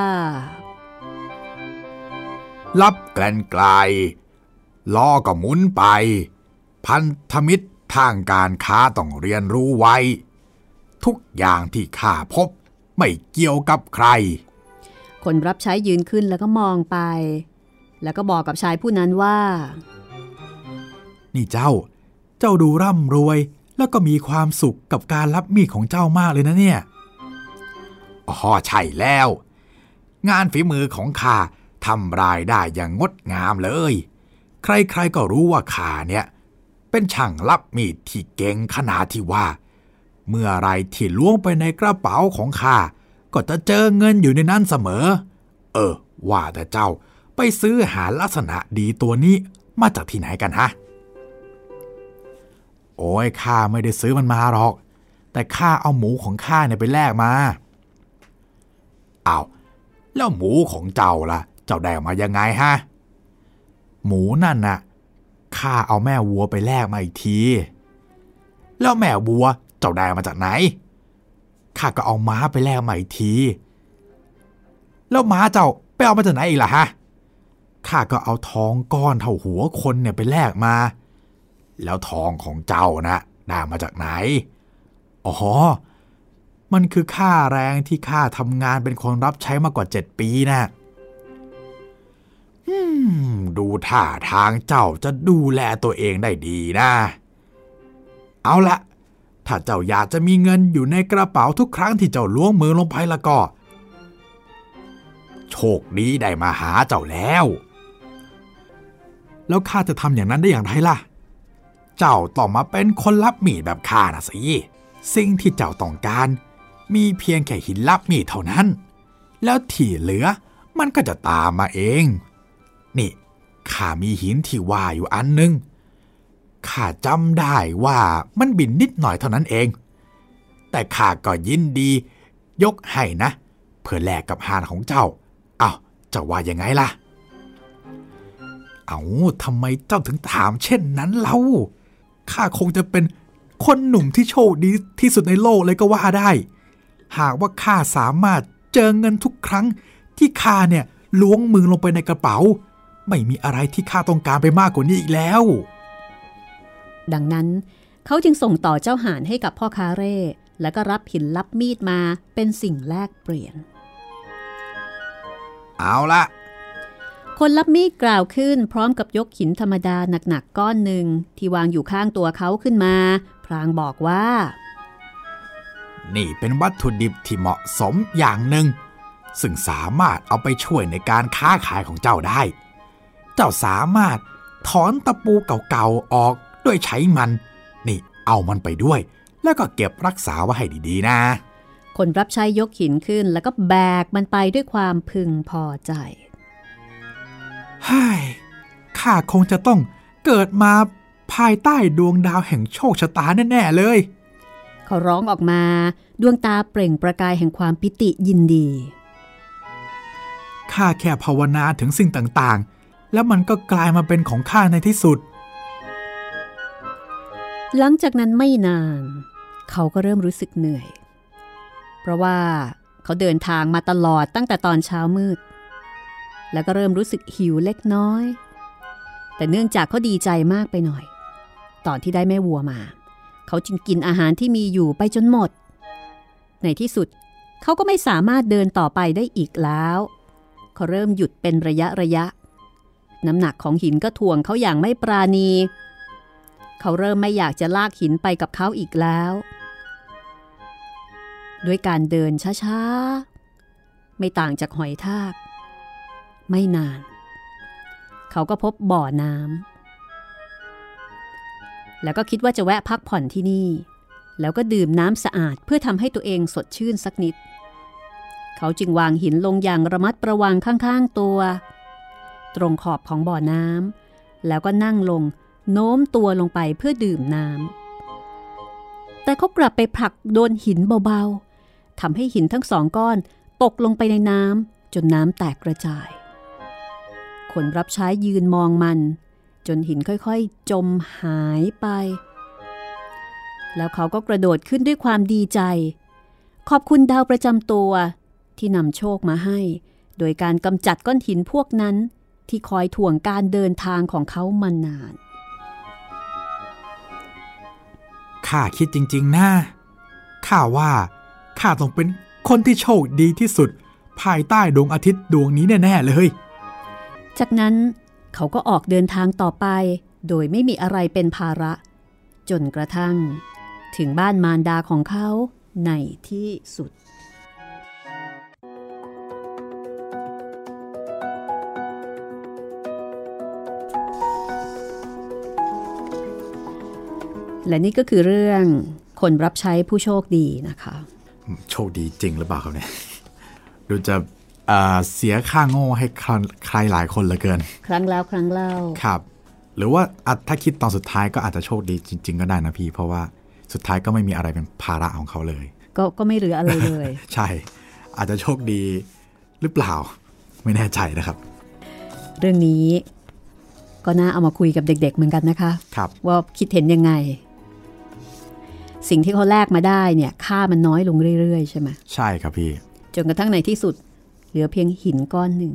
ลับแกลนไกลล้อก็หมุนไปพันธมิตรทางการค้าต้องเรียนรู้ไว้ทุกอย่างที่ข้าพบไม่เกี่ยวกับใครคนรับใช้ยืนขึ้นแล้วก็มองไปแล้วก็บอกกับชายผู้นั้นว่านี่เจ้าเจ้าดูร่ำรวยแล้วก็มีความสุขกับการรับมีดของเจ้ามากเลยนะเนี่ยอ๋อใช่แล้วงานฝีมือของข้าทำรายได้อย่างงดงามเลยใครๆก็รู้ว่าข้าเนี่ยเป็นช่างรับมีดที่เก่งขนาดที่ว่าเมื่อไรที่ล้วงไปในกระเป๋าของข้าก็จะเจอเงินอยู่ในนั้นเสมอเออว่าแต่เจ้าไปซื้อหาลักษณะดีตัวนี้มาจากที่ไหนกันฮะโอ้ยข้าไม่ได้ซื้อมันมาหรอกแต่ข้าเอาหมูของข้าเนี่ยไปแลกมาอ้าวแล้วหมูของเจ้าล่ะเจ้าได้มายังไงฮะหมูนั่นน่ะข้าเอาแม่วัวไปแลกมาอีกทีแล้วแม่วัวเจ้าได้มาจากไหนข้าก็เอาม้าไปแลกมาอีกทีแล้วม้าเจ้าไปเอามาจากไหนอีกล่ะฮะข้าก็เอาทองก้อนเท่าหัวคนเนี่ยไปแลกมาแล้วทองของเจ้านะได้มาจากไหนอ๋อมันคือค่าแรงที่ข้าทำงานเป็นคนรับใช้มากกว่าเจ็ดปีนะอืมดูท่าทางเจ้าจะดูแลตัวเองได้ดีนะเอาละถ้าเจ้าอยากจะมีเงินอยู่ในกระเป๋าทุกครั้งที่เจ้าล้วงมือลงไปแล้วก็โชคดีได้มาหาเจ้าแล้วแล้วข้าจะทำอย่างนั้นได้อย่างไรล่ะเจ้าต้องมาเป็นคนรับมีดแบบข้านะสิสิ่งที่เจ้าต้องการมีเพียงแค่หินรับมีดเท่านั้นแล้วที่เหลือมันก็จะตามมาเองนี่ข้ามีหินที่ว่าอยู่อันนึงข้าจำได้ว่ามันบินนิดหน่อยเท่านั้นเองแต่ข้าก็ยินดียกให้นะเพื่อแลกกับห่านของเจ้าอ้าวเจ้าว่ายังไงล่ะเอาทำไมเจ้าถึงถามเช่นนั้นเล่าข้าคงจะเป็นคนหนุ่มที่โชคดีที่สุดในโลกเลยก็ว่าได้หากว่าข้าสามารถเจอเงินทุกครั้งที่ข้าเนี่ยล้วงมือลงไปในกระเป๋าไม่มีอะไรที่ข้าต้องการไปมากกว่านี้อีกแล้วดังนั้นเขาจึงส่งต่อเจ้าห่านให้กับพ่อค้าเร่แล้วก็รับหินรับมีดมาเป็นสิ่งแลกเปลี่ยนเอาละคนรับมีดกล่าวขึ้นพร้อมกับยกหินธรรมดาหนักๆก้อนหนึ่งที่วางอยู่ข้างตัวเขาขึ้นมาพลางบอกว่านี่เป็นวัตถุดิบที่เหมาะสมอย่างหนึ่งซึ่งสามารถเอาไปช่วยในการค้าขายของเจ้าได้เจ้าสามารถถอนตะปูเก่าๆออกด้วยใช้มันนี่เอามันไปด้วยแล้วก็เก็บรักษาไว้ให้ดีๆนะคนรับใช้ยกหินขึ้นแล้วก็แบกมันไปด้วยความพึงพอใจฮ่ายข้าคงจะต้องเกิดมาภายใต้ดวงดาวแห่งโชคชะตาแน่ๆเลยเขาร้องออกมาดวงตาเปล่งประกายแห่งความปิติยินดีข้าแค่ภาวนาถึงสิ่งต่างๆแล้วมันก็กลายมาเป็นของข้าในที่สุดหลังจากนั้นไม่นานเขาก็เริ่มรู้สึกเหนื่อยเพราะว่าเขาเดินทางมาตลอดตั้งแต่ตอนเช้ามืดแล้วก็เริ่มรู้สึกหิวเล็กน้อยแต่เนื่องจากเขาดีใจมากไปหน่อยตอนที่ได้แม่วัวมาเขาจึงกินอาหารที่มีอยู่ไปจนหมดในที่สุดเขาก็ไม่สามารถเดินต่อไปได้อีกแล้วเขาเริ่มหยุดเป็นระยะระยะน้ำหนักของหินก็ถ่วงเขาอย่างไม่ปราณีเขาเริ่มไม่อยากจะลากหินไปกับเขาอีกแล้วด้วยการเดินช้าๆไม่ต่างจากหอยทากไม่นานเขาก็พบบ่อน้ำแล้วก็คิดว่าจะแวะพักผ่อนที่นี่แล้วก็ดื่มน้ำสะอาดเพื่อทำให้ตัวเองสดชื่นสักนิดเขาจึงวางหินลงอย่างระมัดระวังข้างๆตัวตรงขอบของบ่อน้ำแล้วก็นั่งลงโน้มตัวลงไปเพื่อดื่มน้ำแต่เขากลับไปผลักโดนหินเบาๆทำให้หินทั้งสองก้อนตกลงไปในน้ำจนน้ำแตกกระจายคนรับใช้ยืนมองมันจนหินค่อยๆจมหายไปแล้วเขาก็กระโดดขึ้นด้วยความดีใจขอบคุณดาวประจำตัวที่นำโชคมาให้โดยการกำจัดก้อนหินพวกนั้นที่คอยถ่วงการเดินทางของเขามานานข้าคิดจริงๆนะข้าว่าข้าต้องเป็นคนที่โชคดีที่สุดภายใต้ดวงอาทิตย์ดวงนี้แน่ๆเลยจากนั้นเขาก็ออกเดินทางต่อไปโดยไม่มีอะไรเป็นภาระจนกระทั่งถึงบ้านมารดาของเขาในที่สุดและนี่ก็คือเรื่องคนรับใช้ผู้โชคดีนะคะโชคดีจริงหรือเปล่าครับเนี่ยดูจะเสียค่าโง่ให้ใครหลายคนเหลือเกินครั้งแล้วครั้งเล่าครับหรือว่าถ้าคิดตอนสุดท้ายก็อาจจะโชคดีจริงๆก็ได้นะพี่เพราะว่าสุดท้ายก็ไม่มีอะไรเป็นภาระของเขาเลยก็ก็ไม่เหลืออะไรเลยใช่อาจจะโชคดีหรือเปล่าไม่แน่ใจนะครับเรื่องนี้ก็น่าเอามาคุยกับเด็กๆเหมือนกันนะคะครับว่าคิดเห็นยังไงสิ่งที่เขาแลกมาได้เนี่ยค่ามันน้อยลงเรื่อยๆใช่ไหมใช่ครับพี่จนกระทั่งในที่สุดเหลือเพียงหินก้อนหนึ่ง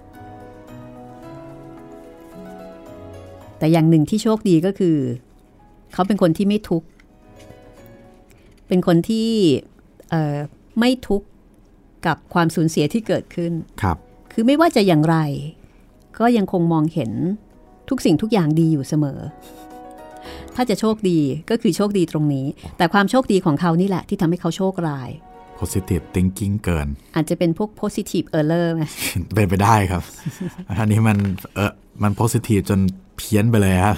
แต่อย่างหนึ่งที่โชคดีก็คือเขาเป็นคนที่ไม่ทุกข์เป็นคนที่เอ่อไม่ทุกข์กับความสูญเสียที่เกิดขึ้นครับคือไม่ว่าจะอย่างไรก็ยังคงมองเห็นทุกสิ่งทุกอย่างดีอยู่เสมอถ้าจะโชคดีก็คือโชคดีตรงนี้แต่ความโชคดีของเขานี่แหละที่ทำให้เขาโชคร้าย positive thinking เกินอาจจะเป็นพวก positive error ไงเป็นไปได้ครับ อันนี้มันเออมัน positive จนเพี้ยนไปเลยครับ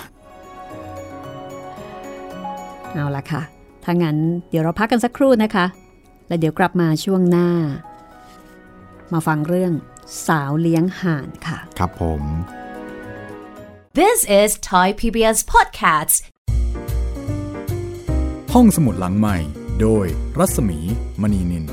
เอาละค่ะถ้างั้นเดี๋ยวเราพักกันสักครู่นะคะแล้วเดี๋ยวกลับมาช่วงหน้ามาฟังเรื่องสาวเลี้ยงห่านค่ะครับผม This is Thai พี บี เอส Podcast ห้องสมุดหลังใหม่โดยรัศมีมณีนิน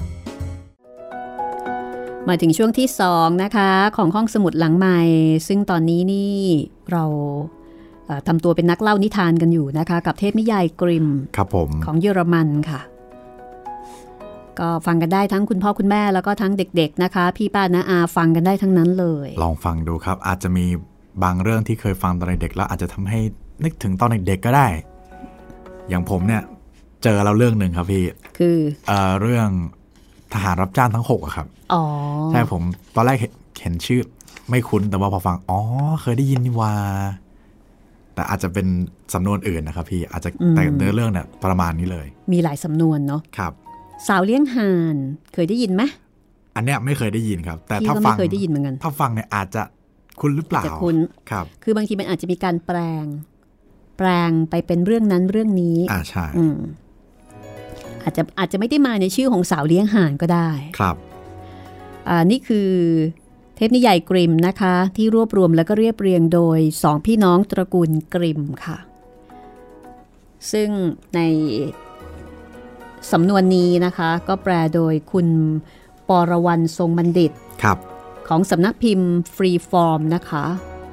มาถึงช่วงที่สองนะคะของห้องสมุดหลังใหม่ซึ่งตอนนี้นี่เราทำตัวเป็นนักเล่านิทานกันอยู่นะคะกับเทพนิยายกริมครับผมของเยอรมันค่ะก็ฟังกันได้ทั้งคุณพ่อคุณแม่แล้วก็ทั้งเด็กๆนะคะพี่ป้าน้าอาฟังกันได้ทั้งนั้นเลยลองฟังดูครับอาจจะมีบางเรื่องที่เคยฟังตอนเด็กแล้วอาจจะทำให้นึกถึงตอนเด็กๆก็ได้อย่างผมเนี่ยเจอเราเรื่องหนึ่งครับพี่คือเอ่อเรื่องทหารรับจ้างทั้งหกอะครับอ๋อใช่ผมตอนแรกเห็นชื่อไม่คุ้นแต่ว่าพอฟังอ๋อเคยได้ยินนี่ว่าแต่อาจจะเป็นสำนวนอื่นนะครับพี่อาจจะแต่เนื้อเรื่องเนี่ยประมาณนี้เลยมีหลายสำนวนเนาะครับสาวเลี้ยงห่านเคยได้ยินไหมอันเนี้ยไม่เคยได้ยินครับแต่ถ้าฟังเคยได้ยินเหมือนกันถ้าฟังเนี่ยอาจจะคุ้นหรือเปล่าจะคุ้นครับคือบางทีมันอาจจะมีการแปลงแปลงไปเป็นเรื่องนั้นเรื่องนี้อ่าใช่อาจจะอาจจะไม่ได้มาในชื่อของสาวเลี้ยงห่านก็ได้ครับอ่านี่คือเทพนิยายกริมนะคะที่รวบรวมแล้วก็เรียบเรียงโดยสองพี่น้องตระกูลกริมค่ะซึ่งในสำนวนนี้นะคะก็แปลโดยคุณปรวรรณทรงบัณฑิตครับของสำนักพิมพ์ฟรีฟอร์มนะคะ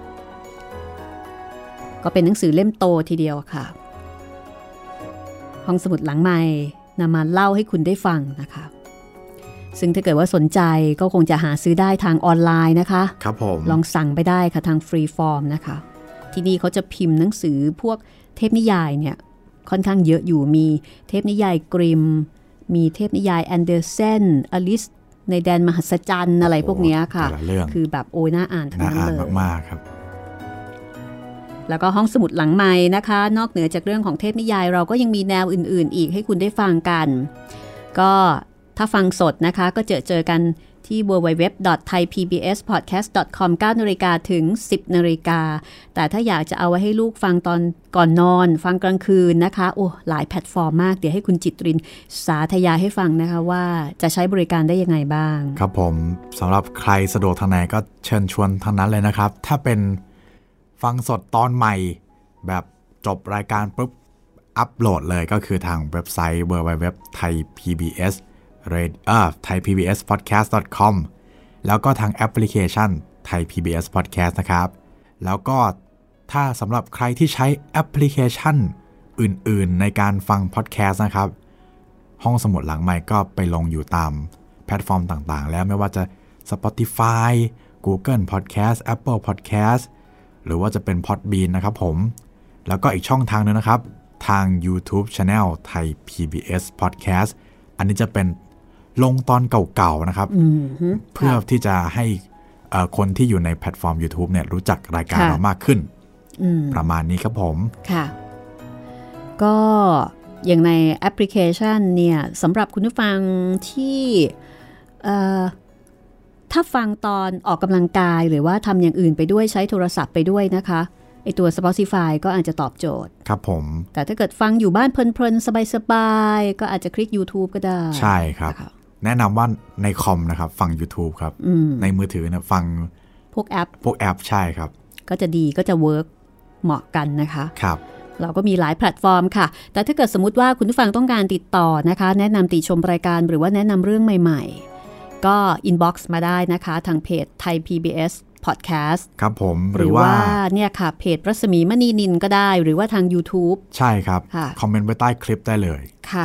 ก็เป็นหนังสือเล่มโตทีเดียวค่ะห้องสมุดหลังใหม่นำมาเล่าให้คุณได้ฟังนะคะซึ่งถ้าเกิดว่าสนใจก็คงจะหาซื้อได้ทางออนไลน์นะคะครับผมลองสั่งไปได้ค่ะทางฟรีฟอร์มนะคะที่นี่เขาจะพิมพ์หนังสือพวกเทพนิยายเนี่ยค่อนข้างเยอะอยู่มีเทพนิยายกริมมีเทพนิยายแอนเดอร์เซนอลิสในแดนมหัศจรรย์อะไรพวกนี้ค่ะคือแบบโอ้ยน่าอ่านทั้งนั้นเลยน่าอ่านมากๆครับแล้วก็ห้องสมุดหลังไมค์นะคะนอกเหนือจากเรื่องของเทพนิยายเราก็ยังมีแนวอื่นๆอีกให้คุณได้ฟังกันก็ถ้าฟังสดนะคะก็เจอเจอกันที่ ดับเบิลยู ดับเบิลยู ดับเบิลยู ดอท ไทย พี บี เอส พอดแคสต์ ดอท คอม เก้านาฬิกาถึงสิบนาฬิกาแต่ถ้าอยากจะเอาไว้ให้ลูกฟังตอนก่อนนอนฟังกลางคืนนะคะโอ้หลายแพลตฟอร์มมากเดี๋ยวให้คุณจิตรินสาธยายให้ฟังนะคะว่าจะใช้บริการได้ยังไงบ้างครับผมสำหรับใครสะดวกทางไหนก็เชิญชวนทางนั้นเลยนะครับถ้าเป็นฟังสดตอนใหม่แบบจบรายการปุ๊บอัปโหลดเลยก็คือทางเว็บไซต์ ดับเบิลยู ดับเบิลยู ดับเบิลยู ดอท ไทย พี บี เอส เรดิโอ เอ่อ ไทย พี บี เอส พอดแคสต์ ดอท คอม แล้วก็ทางแอปพลิเคชัน Thai พี บี เอส Podcast นะครับแล้วก็ถ้าสำหรับใครที่ใช้แอปพลิเคชันอื่นๆในการฟังพอดแคสต์นะครับห้องสมุดหลังใหม่ก็ไปลงอยู่ตามแพลตฟอร์มต่างๆแล้วไม่ว่าจะ Spotify Google Podcast Apple Podcast หรือว่าจะเป็น Podbean นะครับผมแล้วก็อีกช่องทางนึงนะครับทาง YouTube Channel Thai พี บี เอส Podcast อันนี้จะเป็นลงตอนเก่าๆนะครับเพื่อที่จะให้คนที่อยู่ในแพลตฟอร์ม YouTube เนี่ยรู้จักรายการเรามากขึ้นประมาณนี้ครับผมค่ะก็อย่างในแอปพลิเคชันเนี่ยสำหรับคุณผู้ฟังที่ถ้าฟังตอนออกกำลังกายหรือว่าทำอย่างอื่นไปด้วยใช้โทรศัพท์ไปด้วยนะคะไอตัว Spotify ก็อาจจะตอบโจทย์ครับผมแต่ถ้าเกิดฟังอยู่บ้านเพลินๆสบายๆก็อาจจะคลิก YouTube ก็ได้ใช่ครับแนะนำว่าในคอมนะครับฟัง YouTube ครับในมือถือนะฟังพวกแอปพวกแอปใช่ครับก็จะดีก็จะเวิร์กเหมาะกันนะคะครับเราก็มีหลายแพลตฟอร์มค่ะแต่ถ้าเกิดสมมุติว่าคุณผู้ฟังต้องการติดต่อนะคะแนะนำติชมรายการหรือว่าแนะนำเรื่องใหม่ๆก็อินบ็อกซ์มาได้นะคะทางเพจ Thai พี บี เอส Podcast ครับผมหรือว่าเนี่ยค่ะเพจรัศมีมณีนินก็ได้หรือว่าทาง YouTube ใช่ครับคอมเมนต์ไว้ใต้คลิปได้เลยค่ะ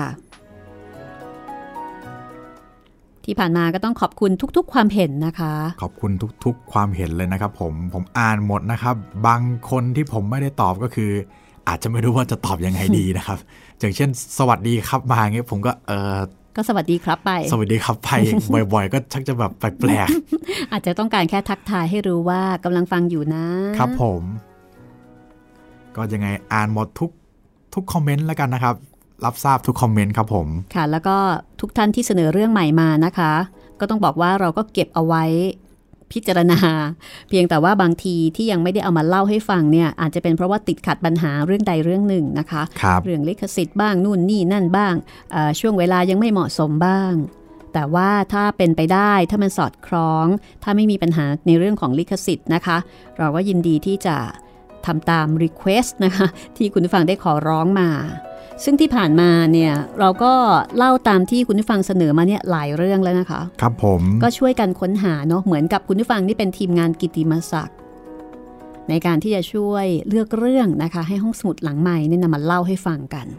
ที่ผ่านมาก็ต้องขอบคุณทุกๆความเห็นนะคะขอบคุณทุกๆความเห็นเลยนะครับผมผมอ่านหมดนะครับบางคนที่ผมไม่ได้ตอบก็คืออาจจะไม่รู้ว่าจะตอบยังไงดีนะครับอย่างเช่นสวัสดีครับมาอย่างเงี้ยผมก็เออก็สวัสดีครับไปสวัสดีครับไปบ่อยๆก็ชักจะแบบแปลกๆ อาจจะต้องการแค่ทักทายให้รู้ว่ากำลังฟังอยู่นะครับผมก็ยังไงอ่านหมดทุกทุกคอมเมนต์แล้วกันนะครับรับทราบทุกคอมเมนต์ครับผมค่ะแล้วก็ทุกท่านที่เสนอเรื่องใหม่มานะคะก็ต้องบอกว่าเราก็เก็บเอาไว้พิจารณาเพียงแต่ว่าบางทีที่ยังไม่ได้เอามาเล่าให้ฟังเนี่ยอาจจะเป็นเพราะว่าติดขัดปัญหาเรื่องใดเรื่องหนึ่งนะคะเรื่องลิขสิทธิ์บ้างนู่นนี่นั่นบ้างช่วงเวลายังไม่เหมาะสมบ้างแต่ว่าถ้าเป็นไปได้ถ้ามันสอดคล้องถ้าไม่มีปัญหาในเรื่องของลิขสิทธิ์นะคะเราก็ยินดีที่จะทำตาม request นะคะที่คุณผู้ฟังได้ขอร้องมาซึ่งที่ผ่านมาเนี่ยเราก็เล่าตามที่คุณผู้ฟังเสนอมาเนี่ยหลายเรื่องแล้วนะคะครับผมก็ช่วยกันค้นหาเนาะเหมือนกับคุณผู้ฟังที่เป็นทีมงานกิตติมศักดิ์ในการที่จะช่วยเลือกเรื่องนะคะให้ห้องสมุดหลังใหม่เนี่ยนำมาเล่าให้ฟังกัน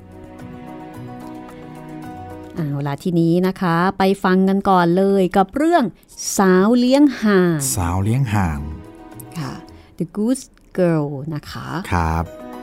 เอาล่ะทีนี้นะคะไปฟังกันก่อนเลยกับเรื่องสาวเลี้ยงห่างสาวเลี้ยงห่างค่ะ The Goose Girl นะคะครับ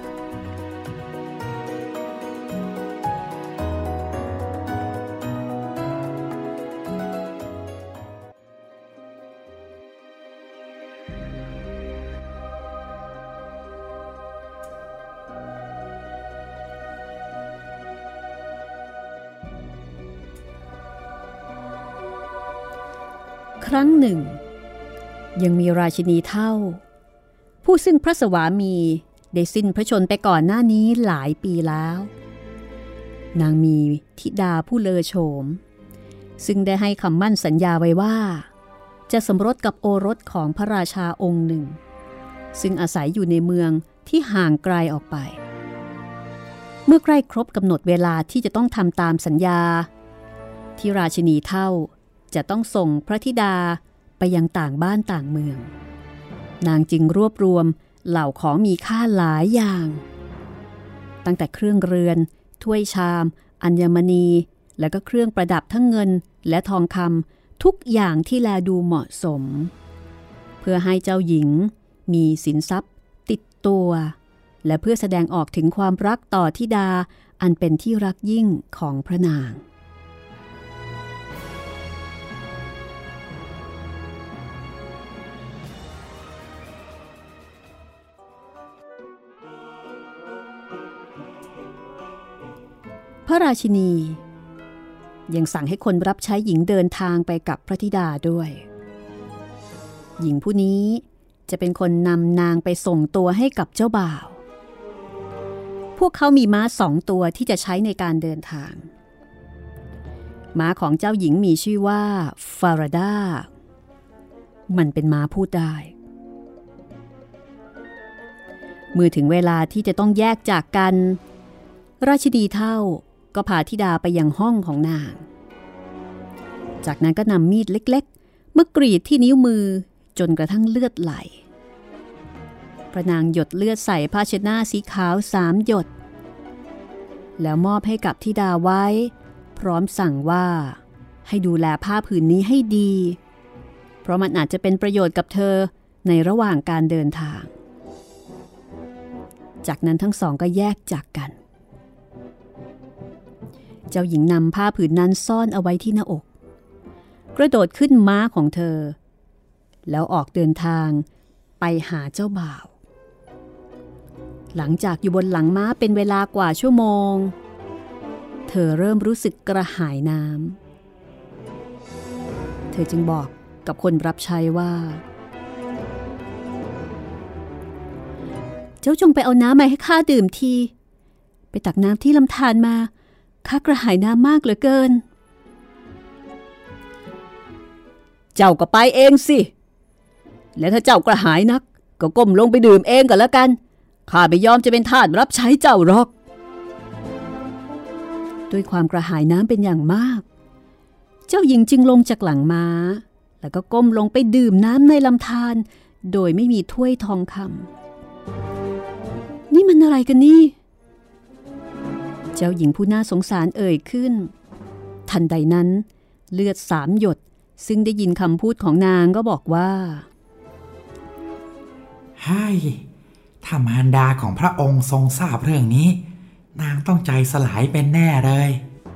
ครั้งหนึ่งยังมีราชินีเฒ่าผู้ซึ่งพระสวามีได้สิ้นพระชนม์ไปก่อนหน้านี้หลายปีแล้วนางมีธิดาผู้เลอโฉมซึ่งได้ให้คำมั่นสัญญาไว้ว่าจะสมรสกับโอรสของพระราชาองค์หนึ่งซึ่งอาศัยอยู่ในเมืองที่ห่างไกลออกไปเมื่อใกล้ครบกำหนดเวลาที่จะต้องทำตามสัญญาที่ราชินีเฒ่าจะต้องส่งพระธิดาไปยังต่างบ้านต่างเมืองนางจึงรวบรวมเหล่าของมีค่าหลายอย่างตั้งแต่เครื่องเรือนถ้วยชามอัญมณีและก็เครื่องประดับทั้งเงินและทองคำทุกอย่างที่แลดูเหมาะสมเพื่อให้เจ้าหญิงมีสินทรัพย์ติดตัวและเพื่อแสดงออกถึงความรักต่อธิดาอันเป็นที่รักยิ่งของพระนางพระราชินียังสั่งให้คนรับใช้หญิงเดินทางไปกับพระธิดาด้วยหญิงผู้นี้จะเป็นคนนำนางไปส่งตัวให้กับเจ้าบ่าวพวกเขามีม้าสองตัวที่จะใช้ในการเดินทางม้าของเจ้าหญิงมีชื่อว่าฟาราดามันเป็นม้าพูดได้เมื่อถึงเวลาที่จะต้องแยกจากกันราชินีเฒ่าก็พาธิดาไปยังห้องของนางจากนั้นก็นำมีดเล็กๆมากรีดที่นิ้วมือจนกระทั่งเลือดไหลพระนางหยดเลือดใส่ผ้าเช็ดหน้าสีขาวสามหยดแล้วมอบให้กับธิดาไว้พร้อมสั่งว่าให้ดูแลผ้าผืนนี้ให้ดีเพราะมันอาจจะเป็นประโยชน์กับเธอในระหว่างการเดินทางจากนั้นทั้งสองก็แยกจากกันเจ้าหญิงนำผ้าผืนนั้นซ่อนเอาไว้ที่หน้าอกกระโดดขึ้นม้าของเธอแล้วออกเดินทางไปหาเจ้าบ่าวหลังจากอยู่บนหลังม้าเป็นเวลากว่าชั่วโมงเธอเริ่มรู้สึกกระหายน้ำเธอจึงบอกกับคนรับใช้ว่าเจ้าจงไปเอาน้ำมาให้ข้าดื่มทีไปตักน้ำที่ลำธารมาข้ากระหายน้ำมากเหลือเกินเจ้าก็ไปเองสิและถ้าเจ้ากระหายนักก็ก้มลงไปดื่มเองก็แล้วกันข้าไม่ยอมจะเป็นทาสรับใช้เจ้าหรอกด้วยความกระหายน้ำเป็นอย่างมากเจ้าหญิงจึงลงจากหลังม้าแล้วก็ก้มลงไปดื่มน้ำในลำธารโดยไม่มีถ้วยทองคำนี่มันอะไรกันนี่เจ้าหญิงผู้น่าสงสารเอ่ยขึ้นทันใดนั้นเลือดสามหยดซึ่งได้ยินคำพูดของนางก็บอกว่าไฮ้ถ้ามารดาของพระองค์ทรงทราบเรื่องนี้นางต้องใจสลายเป็นแน่เลย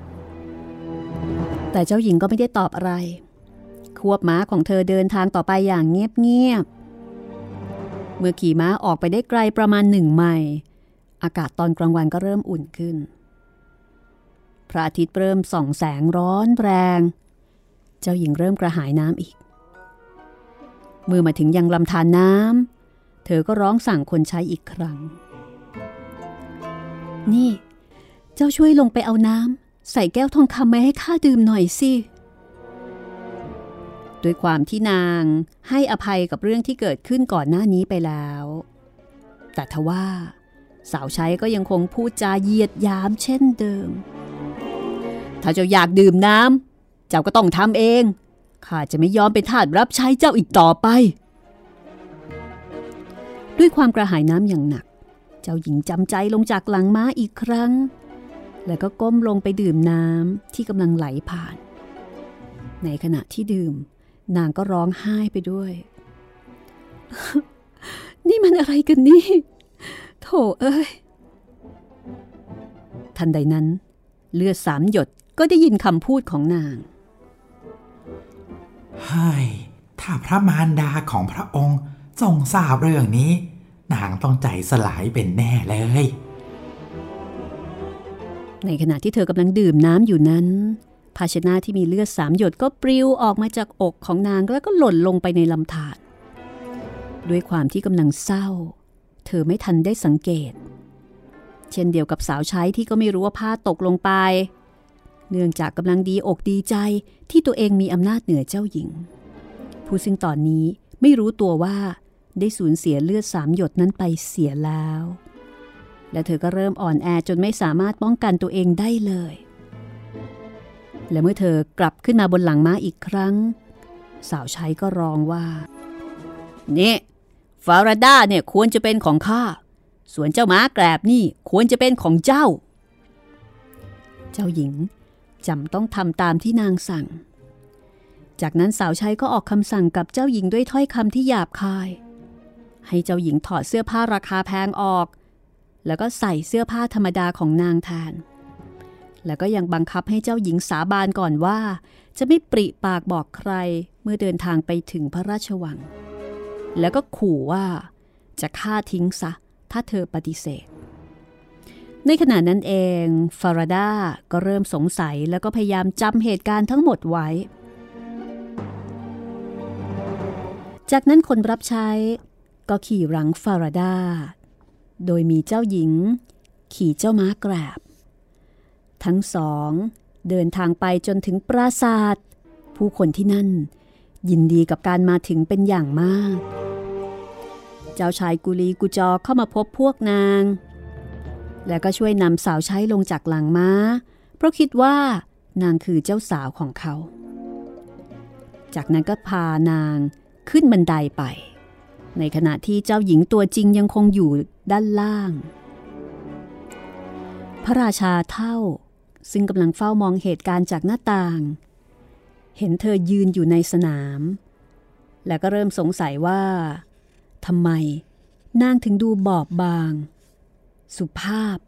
แต่เจ้าหญิงก็ไม่ได้ตอบอะไรควบม้าของเธอเดินทางต่อไปอย่างเงียบๆเมื่อขี่ม้าออกไปได้ไกลประมาณหนึ่งไมล์อากาศตอนกลางวันก็เริ่มอุ่นขึ้นพระอาทิตย์เริ่มส่องแสงร้อนแรงเจ้าหญิงเริ่มกระหายน้ำอีกเมื่อมาถึงยังลำธารน้ำเธอก็ร้องสั่งคนใช้อีกครั้งนี่เจ้าช่วยลงไปเอาน้ำใส่แก้วทองคำมาให้ข้าดื่มหน่อยสิด้วยความที่นางให้อภัยกับเรื่องที่เกิดขึ้นก่อนหน้านี้ไปแล้วแต่ทว่าสาวใช้ก็ยังคงพูดจาเหยียดหยามเช่นเดิมถ้าเจ้าอยากดื่มน้ำเจ้าก็ต้องทำเองข้าจะไม่ยอมเป็นทาสรับใช้เจ้าอีกต่อไปด้วยความกระหายน้ำอย่างหนักเจ้าหญิงจำใจลงจากหลังม้าอีกครั้งแล้วก็ก้มลงไปดื่มน้ำที่กำลังไหลผ่านในขณะที่ดื่มนางก็ร้องไห้ไปด้วย นี่มันอะไรกันนี่โถเอ้ยทันใดนั้นเลือดสามหยดก็ได้ยินคำพูดของนางเฮ้ยถ้าพระมารดาของพระองค์ทรงทราบเรื่องนี้นางต้องใจสลายเป็นแน่เลยในขณะที่เธอกำลังดื่มน้ำอยู่นั้นภาชนะที่มีเลือดสามหยดก็ปลิวออกมาจากอกของนางแล้วก็หล่นลงไปในลำธารด้วยความที่กำลังเศร้าเธอไม่ทันได้สังเกตเช่นเดียวกับสาวใช้ที่ก็ไม่รู้ว่าผ้าตกลงไปเนื่องจากกำลังดีอกดีใจที่ตัวเองมีอำนาจเหนือเจ้าหญิงผู้ซึ่งตอนนี้ไม่รู้ตัวว่าได้สูญเสียเลือดสามหยดนั้นไปเสียแล้วและเธอก็เริ่มอ่อนแอจนไม่สามารถป้องกันตัวเองได้เลยและเมื่อเธอกลับขึ้นมาบนหลังม้าอีกครั้งสาวใช้ก็ร้องว่านี่ฟาราดาเนี่ยควรจะเป็นของข้าส่วนเจ้าม้าแกรบนี่ควรจะเป็นของเจ้าเจ้าหญิงจำต้องทำตามที่นางสั่งจากนั้นสาวใช้ก็ออกคำสั่งกับเจ้าหญิงด้วยถ้อยคำที่หยาบคายให้เจ้าหญิงถอดเสื้อผ้าราคาแพงออกแล้วก็ใส่เสื้อผ้าธรรมดาของนางแทนแล้วก็ยังบังคับให้เจ้าหญิงสาบานก่อนว่าจะไม่ปริปากบอกใครเมื่อเดินทางไปถึงพระราชวังแล้วก็ขู่ว่าจะฆ่าทิ้งซะถ้าเธอปฏิเสธในขณะนั้นเองฟาราดาก็เริ่มสงสัยแล้วก็พยายามจำเหตุการณ์ทั้งหมดไว้จากนั้นคนรับใช้ก็ขี่หลังฟาราดาโดยมีเจ้าหญิงขี่เจ้าม้าแกรบทั้งสองเดินทางไปจนถึงปราสาทผู้คนที่นั่นยินดีกับการมาถึงเป็นอย่างมากเจ้าชายกุลีกุจอเข้ามาพบพวกนางแล้วก็ช่วยนำสาวใช้ลงจากหลังม้าเพราะคิดว่านางคือเจ้าสาวของเขาจากนั้นก็พานางขึ้นบันไดไปในขณะที่เจ้าหญิงตัวจริงยังคงอยู่ด้านล่างพระราชาเฒ่าซึ่งกำลังเฝ้ามองเหตุการณ์จากหน้าต่างเห็นเธอยืนอยู่ในสนามแล้วก็เริ่มสงสัยว่าทำไมนางถึงดูบอบบางสุภาพ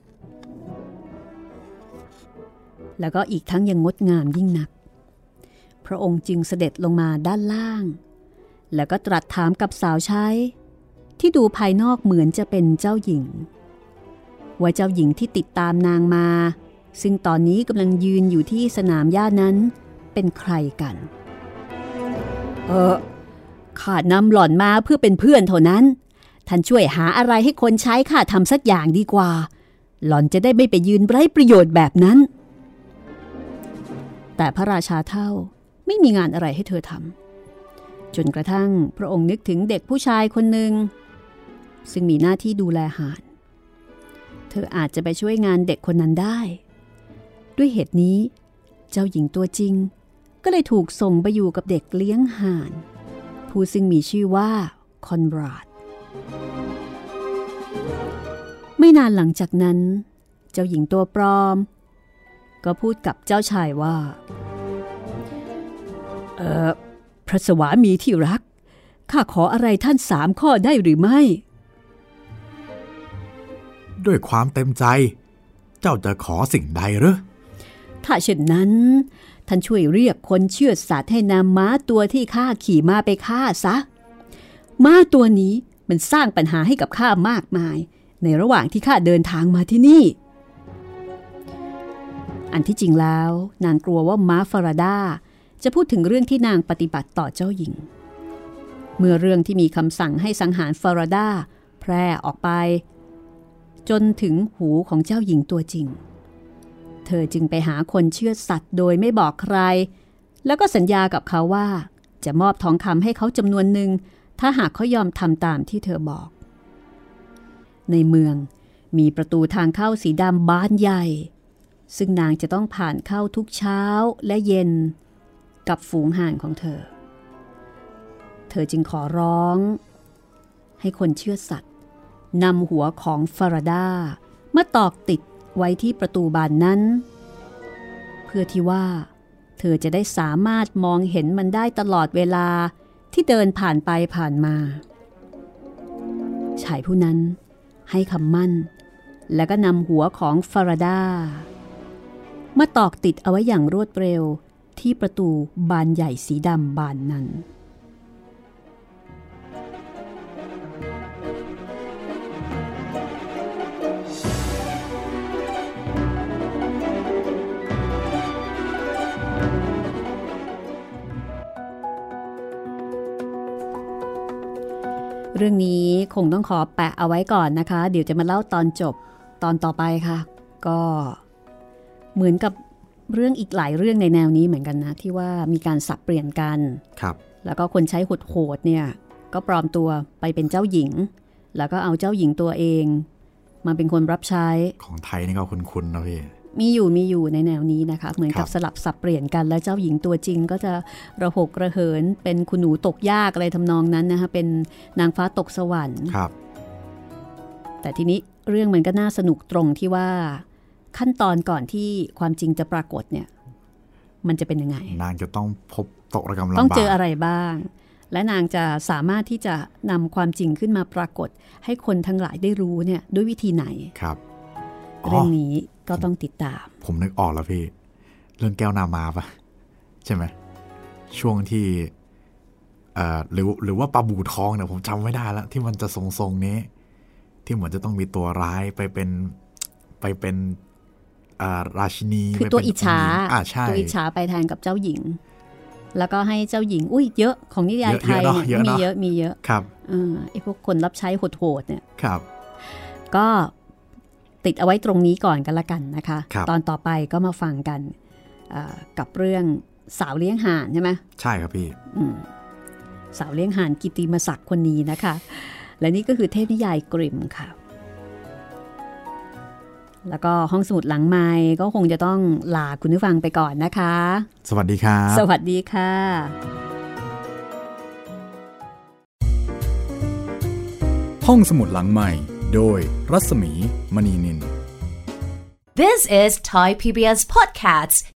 แล้วก็อีกทั้งยังงดงามยิ่งนักพระองค์จึงเสด็จลงมาด้านล่างแล้วก็ตรัสถามกับสาวใช้ที่ดูภายนอกเหมือนจะเป็นเจ้าหญิงว่าเจ้าหญิงที่ติดตามนางมาซึ่งตอนนี้กำลังยืนอยู่ที่สนามหญ้านั้นเป็นใครกันเออข้านำหล่อนมาเพื่อเป็นเพื่อนเท่านั้นท่านช่วยหาอะไรให้คนใช้ข้าทำสักอย่างดีกว่าหล่อนจะได้ไม่ไปยืนไร้ประโยชน์แบบนั้นแต่พระราชาเฒ่าไม่มีงานอะไรให้เธอทำจนกระทั่งพระองค์นึกถึงเด็กผู้ชายคนหนึ่งซึ่งมีหน้าที่ดูแลห่านเธออาจจะไปช่วยงานเด็กคนนั้นได้ด้วยเหตุนี้เจ้าหญิงตัวจริงก็เลยถูกส่งไปอยู่กับเด็กเลี้ยงห่านผู้ซึ่งมีชื่อว่าคอนราดไม่นานหลังจากนั้นเจ้าหญิงตัวปลอมก็พูดกับเจ้าชายว่าเออพระสวามีที่รักข้าขออะไรท่านสามข้อได้หรือไม่ด้วยความเต็มใจเจ้าจะขอสิ่งใดหรือถ้าเช่นนั้นท่านช่วยเรียกคนเชือดสัตว์ให้นำม้าตัวที่ข้าขี่มาไปฆ่าซะม้าตัวนี้มันสร้างปัญหาให้กับข้ามากมายในระหว่างที่ข้าเดินทางมาที่นี่อันที่จริงแล้วนางกลัวว่าม้าฟาราดาจะพูดถึงเรื่องที่นางปฏิบัติต่อเจ้าหญิงเมื่อเรื่องที่มีคำสั่งให้สังหารฟาราดาแพร่ออกไปจนถึงหูของเจ้าหญิงตัวจริงเธอจึงไปหาคนเชือดสัตว์โดยไม่บอกใครแล้วก็สัญญากับเขาว่าจะมอบทองคำให้เขาจำนวนหนึ่งถ้าหากเขายอมทำตามที่เธอบอกในเมืองมีประตูทางเข้าสีดำบานใหญ่ซึ่งนางจะต้องผ่านเข้าทุกเช้าและเย็นกับฝูงห่านของเธอเธอจึงขอร้องให้คนเชือดสัตว์นำหัวของฟาราดามาตอกติดไว้ที่ประตูบานนั้นเพื่อที่ว่าเธอจะได้สามารถมองเห็นมันได้ตลอดเวลาที่เดินผ่านไปผ่านมาชายผู้นั้นให้คำมั่นแล้วก็นำหัวของฟาราดามาตอกติดเอาไว้อย่างรวดเร็วที่ประตูบานใหญ่สีดำบานนั้นเรื่องนี้คงต้องขอแปะเอาไว้ก่อนนะคะเดี๋ยวจะมาเล่าตอนจบตอนต่อไปค่ะก็เหมือนกับเรื่องอีกหลายเรื่องในแนวนี้เหมือนกันนะที่ว่ามีการสับเปลี่ยนกันครับแล้วก็คนใช้โหดๆเนี่ยก็ปลอมตัวไปเป็นเจ้าหญิงแล้วก็เอาเจ้าหญิงตัวเองมาเป็นคนรับใช้ของไทยนี่ก็คุ้นๆนะพี่มีอยู่มีอยู่ในแนวนี้นะคะเหมือนกับสลับสับเปลี่ยนกันแล้วเจ้าหญิงตัวจริงก็จะระหกระเหินเป็นคุณหนูตกยากอะไรทำนองนั้นนะคะเป็นนางฟ้าตกสวรรค์ครับแต่ทีนี้เรื่องมันก็น่าสนุกตรงที่ว่าขั้นตอนก่อนที่ความจริงจะปรากฏเนี่ยมันจะเป็นยังไงนางจะต้องพบตกระกำลำบากต้องเจออะไรบ้างและนางจะสามารถที่จะนำความจริงขึ้นมาปรากฏให้คนทั้งหลายได้รู้เนี่ยด้วยวิธีไหนครับเรื่องนี้ก็ต้องติดตามผมนึกออกแล้วพี่เรื่องแก้วนามาปะใช่ไหมช่วงที่เอ่อหรือหรือว่าปลาบูทองเนี่ยผมจำไม่ได้แล้วที่มันจะทรงๆนี้ที่เหมือนจะต้องมีตัวร้ายไปเป็นไปเป็นราชินีคือตัวอิจฉาตัวอิจฉาไปแทนกับเจ้าหญิงแล้วก็ให้เจ้าหญิงอุ้ยเยอะของนิยายไทยเนี่ยมีเยอะมีเยอะครับเออไอพวกคนรับใช้โหดๆเนี่ยครับก็ติดเอาไว้ตรงนี้ก่อนกันละกันนะคะตอนต่อไปก็มาฟังกันกับเรื่องสาวเลี้ยงห่านใช่ไหมใช่ครับพี่สาวเลี้ยงห่านกิตติมศักดิ์คนนี้นะคะและนี่ก็คือเทพนิยายกริมค่ะแล้วก็ห้องสมุดหลังไมค์ก็คงจะต้องลาคุณผู้ฟังไปก่อนนะคะสวัสดีครับสวัสดีค่ะห้องสมุดหลังไมค์โดยรัศมีมณีนิน This is Thai พี บี เอส Podcasts